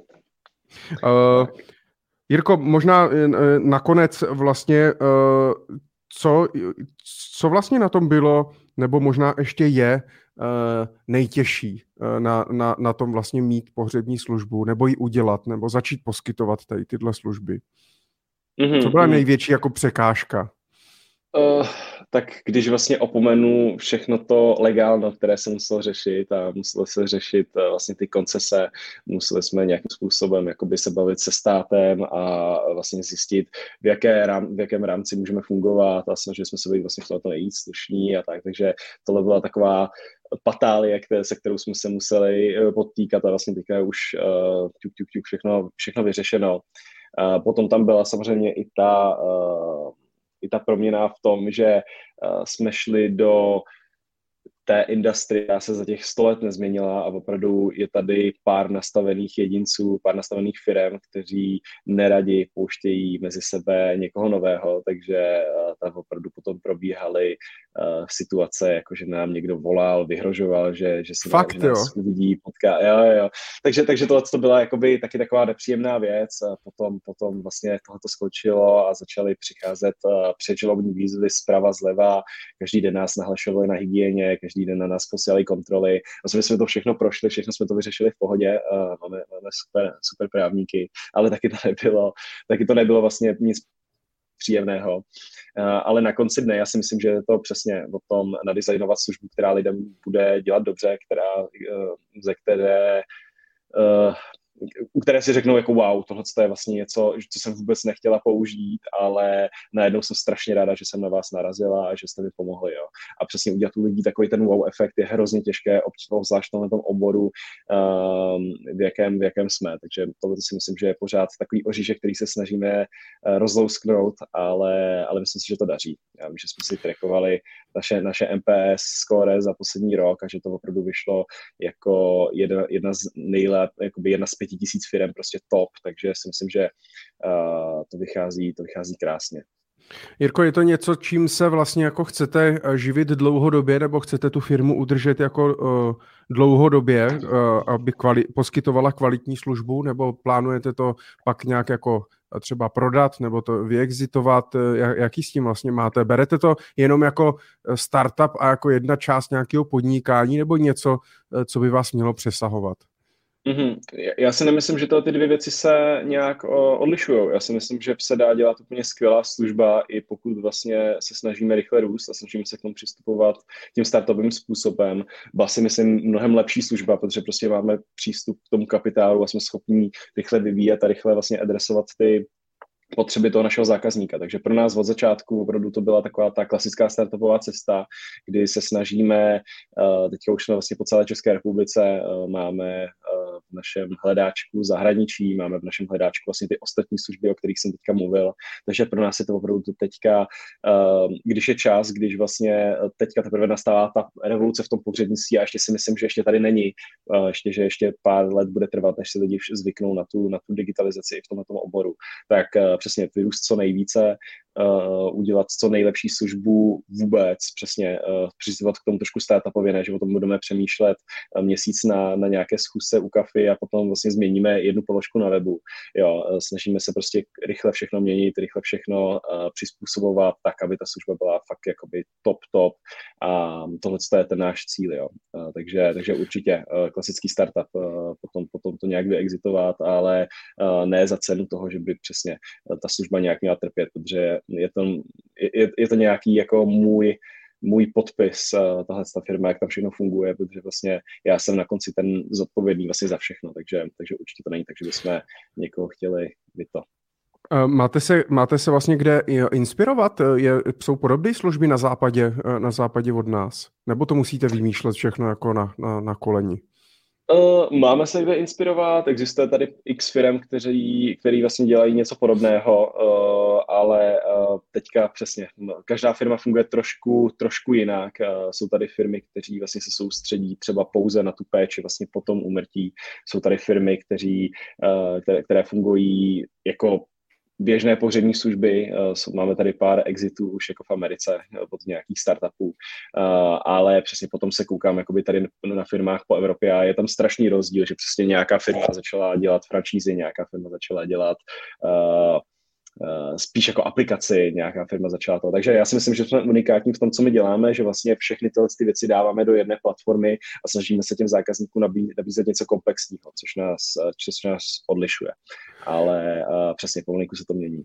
Uh, Jirko, možná uh, nakonec vlastně, uh, co, co vlastně na tom bylo, nebo možná ještě je uh, nejtěžší uh, na, na, na tom vlastně mít pohřební službu, nebo ji udělat, nebo začít poskytovat tady tyhle služby? Mm-hmm, co byla mm. největší jako překážka? Uh, tak když vlastně opomenu všechno to legálno, které se muselo řešit a muselo se řešit uh, vlastně ty koncese, museli jsme nějakým způsobem jakoby se bavit se státem a vlastně zjistit, v, jaké rám, v jakém rámci můžeme fungovat a snažili jsme se být vlastně v tom nejvíc slušní a tak, takže tohle byla taková patálie, které, se kterou jsme se museli potýkat a vlastně teďka už uh, ťuk, ťuk, ťuk, všechno, všechno vyřešeno. Uh, potom tam byla samozřejmě i ta uh, i ta proměna v tom, že uh, jsme šli do té industrie, která se za těch sto let nezměnila a opravdu je tady pár nastavených jedinců, pár nastavených firem, kteří neradi pouštějí mezi sebe někoho nového, takže uh, tam opravdu potom probíhaly uh, situace, jako že nám někdo volal, vyhrožoval, že, že se Fakt, nás, nás uvidí, potká. Jo, jo. Takže, takže tohle to byla jakoby taky taková nepříjemná věc a potom, potom vlastně tohleto skončilo a začaly přicházet uh, předžalobní výzvy zprava, zleva, každý den nás nahlašovali na hygieně, každý den na nás posílali kontroly. Vlastně jsme to všechno prošli, všechno jsme to vyřešili v pohodě, uh, máme, máme super, super právníky, ale taky to nebylo, taky to nebylo vlastně nic příjemného. Uh, ale na konci dne já si myslím, že je to přesně o tom nadizajnovat službu, která lidem bude dělat dobře, která, uh, ze které uh, u které si řeknou jako wow, tohle je vlastně něco, co jsem vůbec nechtěla použít, ale najednou jsem strašně ráda, že jsem na vás narazila a že jste mi pomohli. Jo. A přesně udělat u lidí takový ten wow efekt je hrozně těžké, obzvlášť na tom oboru, um, v, jakém, v jakém jsme. Takže tohle si myslím, že je pořád takový oříšek, který se snažíme uh, rozlousknout, ale, ale myslím si, že to daří. Já vím, že jsme si trackovali naše, naše M P S score za poslední rok a že to opravdu vyšlo jako jedna, jedna z nejlép, jakoby jedna z pěti tisíc firem, prostě top, takže si myslím, že uh, to vychází, to vychází krásně. Jirko, je to něco, čím se vlastně jako chcete živit dlouhodobě, nebo chcete tu firmu udržet jako uh, dlouhodobě, uh, aby kvali- poskytovala kvalitní službu, nebo plánujete to pak nějak jako třeba prodat, nebo to vyexitovat, jaký s tím vlastně máte? Berete to jenom jako startup a jako jedna část nějakého podnikání, nebo něco, co by vás mělo přesahovat? Mm-hmm. Já si nemyslím, že to ty dvě věci se nějak odlišují. Já si myslím, že se dá dělat úplně skvělá služba, i pokud vlastně se snažíme rychle růst a snažíme se k tomu přistupovat tím startupovým způsobem. Ba si myslím mnohem lepší služba, protože prostě máme přístup k tomu kapitálu a jsme schopni rychle vyvíjet a rychle vlastně adresovat ty potřeby toho našeho zákazníka. Takže pro nás od začátku opravdu to byla taková ta klasická startupová cesta, kdy se snažíme, teďka už jsme vlastně po celé České republice, máme v našem hledáčku zahraničí, máme v našem hledáčku vlastně ty ostatní služby, o kterých jsem teďka mluvil. Takže pro nás je to opravdu teďka, když je čas, když vlastně teďka teprve nastává ta revoluce v tom pohřebnictví a ještě si myslím, že ještě tady není, ještě, že ještě pár let bude trvat, než si lidi zvyknou na tu, na tu digitalizaci i v tomto oboru, tak přesně vyrůst co nejvíce, uh, udělat co nejlepší službu vůbec, přesně uh, přizvat k tomu trošku startupově, ne, že o tom budeme přemýšlet uh, měsíc na, na nějaké schůzce u kafy a potom vlastně změníme jednu položku na webu. Jo, uh, snažíme se prostě rychle všechno měnit, rychle všechno uh, přizpůsobovat tak, aby ta služba byla fakt jakoby top, top a tohle je ten náš cíl, jo. Uh, takže, takže určitě uh, klasický startup, uh, potom, potom to nějak vyexitovat, ale uh, ne za cenu toho, že by přesně uh, ta služba nějak měla trpět, protože je to, je, je to nějaký jako můj, můj podpis, uh, tahle ta firma, jak tam všechno funguje, protože vlastně já jsem na konci ten zodpovědný vlastně za všechno, takže, takže určitě to není tak, že bychom někoho chtěli vy to. Máte se, máte se vlastně kde inspirovat? Je, jsou podobné služby na západě, na západě od nás? Nebo to musíte vymýšlet všechno jako na, na, na koleni? Uh, máme se kde inspirovat, existuje tady x firm, kteří, který vlastně dělají něco podobného, uh, ale uh, teďka přesně, každá firma funguje trošku, trošku jinak. Uh, jsou tady firmy, kteří vlastně se soustředí třeba pouze na tu péči vlastně po tom úmrtí. Jsou tady firmy, kteří, uh, které, které fungují jako běžné pohřební služby, máme tady pár exitů už jako v Americe od nějakých startupů, ale přesně potom se koukám jakoby tady na firmách po Evropě a je tam strašný rozdíl, že přesně nějaká firma začala dělat franšízy, nějaká firma začala dělat uh, Uh, spíš jako aplikaci, nějaká firma začala to. Takže já si myslím, že jsme unikátní v tom, co my děláme, že vlastně všechny tyhle ty věci dáváme do jedné platformy a snažíme se těm zákazníkům nabí, nabízet něco komplexního, což nás, což nás odlišuje. Ale uh, přesně pomalinku se to mění.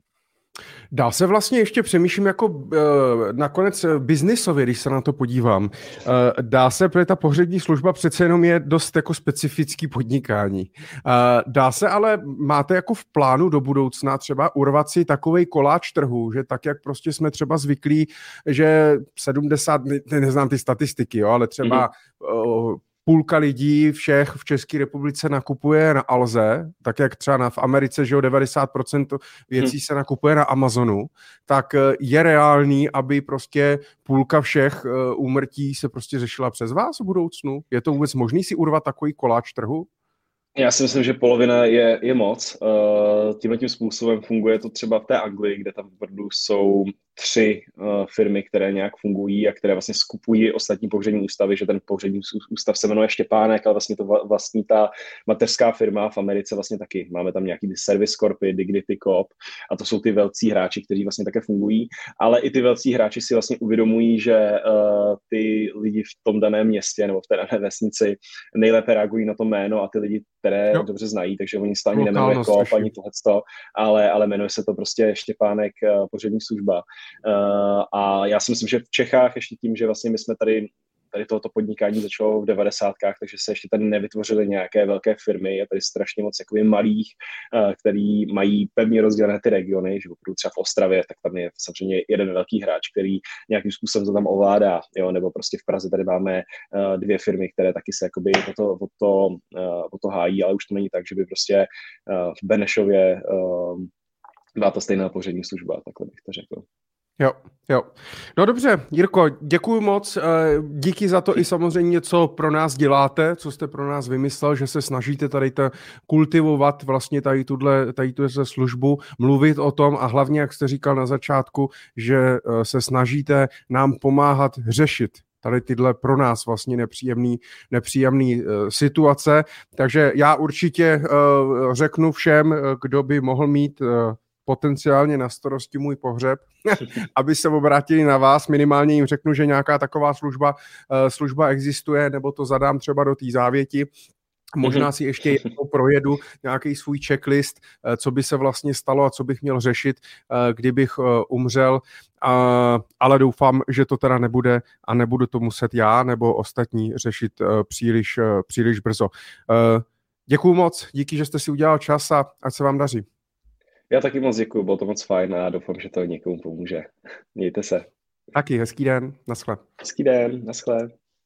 Dá se vlastně ještě přemýšlím jako uh, nakonec biznisově, když se na to podívám. Uh, dá se, protože ta pohřební služba přece jenom je dost jako specifický podnikání. Uh, dá se, ale máte jako v plánu do budoucna třeba urvat si takovej koláč trhu, že tak, jak prostě jsme třeba zvyklí, že sedmdesát, ne, neznám ty statistiky, jo, ale třeba mm-hmm. uh, půlka lidí všech v České republice nakupuje na Alze, tak jak třeba v Americe, že o devadesát procent věcí hmm. se nakupuje na Amazonu, tak je reálný, aby prostě půlka všech úmrtí se prostě řešila přes vás v budoucnu? Je to vůbec možný si urvat takový koláč trhu? Já si myslím, že polovina je, je moc. Uh, tímhle tím způsobem funguje to třeba v té Anglii, kde tam opravdu jsou tři uh, firmy, které nějak fungují a které vlastně skupují ostatní pohřební ústavy, že ten pohřební ústav se jmenuje Štěpánek, ale vlastně to vlastní ta mateřská firma v Americe vlastně taky. Máme tam nějaký Service Corpy, Dignity Corp a to jsou ty velcí hráči, kteří vlastně také fungují, ale i ty velcí hráči si vlastně uvědomují, že uh, ty lidi v tom daném městě nebo v té dané vesnici nejlépe reagují na to jméno a ty lidi, které jo. dobře znají, takže oni se ani nemenuje Coop, ani tohleto, ale, ale jmenuje se to prostě Štěpánek uh, pohřební služba. Uh, a já si myslím, že v Čechách ještě tím, že vlastně my jsme tady tady tohoto podnikání začalo v devadesátkách, takže se ještě tady nevytvořily nějaké velké firmy, je tady strašně moc jakoby malých, uh, který mají pevně rozdělené ty regiony, že opravdu třeba v Ostravě, tak tam je samozřejmě jeden velký hráč, který nějakým způsobem to tam ovládá, jo, nebo prostě v Praze tady máme uh, dvě firmy, které taky se jakoby o to, o to, uh, o to hájí, ale už to není tak, že by prostě uh, v Benešově uh, byla to stejná pohřební služba, takhle bych to řekl. Jo, jo. No dobře, Jirko, děkuju moc. Díky za to i samozřejmě, co pro nás děláte, co jste pro nás vymyslel, že se snažíte tady ta kultivovat vlastně tady tuhle, tady tuhle službu, mluvit o tom a hlavně, jak jste říkal na začátku, že se snažíte nám pomáhat řešit tady tyhle pro nás vlastně nepříjemný, nepříjemný uh, situace. Takže já určitě uh, řeknu všem, kdo by mohl mít uh, potenciálně na starosti můj pohřeb, aby se obrátili na vás, minimálně jim řeknu, že nějaká taková služba, služba existuje, nebo to zadám třeba do té závěti. Možná si ještě jednou projedu nějaký svůj checklist, co by se vlastně stalo a co bych měl řešit, kdybych umřel, ale doufám, že to teda nebude a nebudu to muset já nebo ostatní řešit příliš, příliš brzo. Děkuju moc, díky, že jste si udělal čas a ať se vám daří. Já taky moc děkuju, bylo to moc fajn a doufám, že to někomu pomůže. Mějte se. Taky hezký den, naschle. Hezký den, naschle.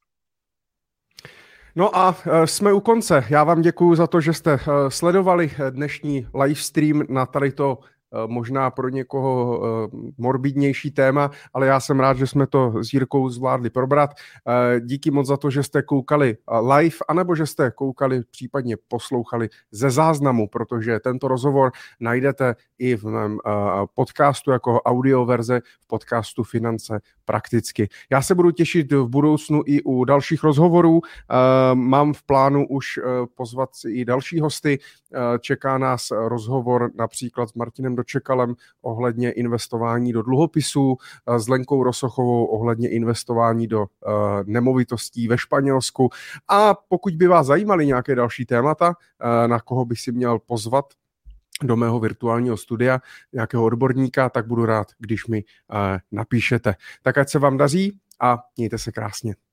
No a jsme u konce. Já vám děkuju za to, že jste sledovali dnešní livestream na tady to možná pro někoho morbidnější téma, ale já jsem rád, že jsme to s Jirkou zvládli probrat. Díky moc za to, že jste koukali live, anebo že jste koukali, případně poslouchali ze záznamu, protože tento rozhovor najdete i v mém podcastu jako audioverze v podcastu Finance prakticky. Já se budu těšit v budoucnu i u dalších rozhovorů. Mám v plánu už pozvat i další hosty. Čeká nás rozhovor například s Martinem Dočekalem ohledně investování do dluhopisů, s Lenkou Rosochovou ohledně investování do nemovitostí ve Španělsku. A pokud by vás zajímaly nějaké další témata, na koho bych si měl pozvat do mého virtuálního studia, nějakého odborníka, tak budu rád, když mi napíšete. Tak ať se vám daří a mějte se krásně.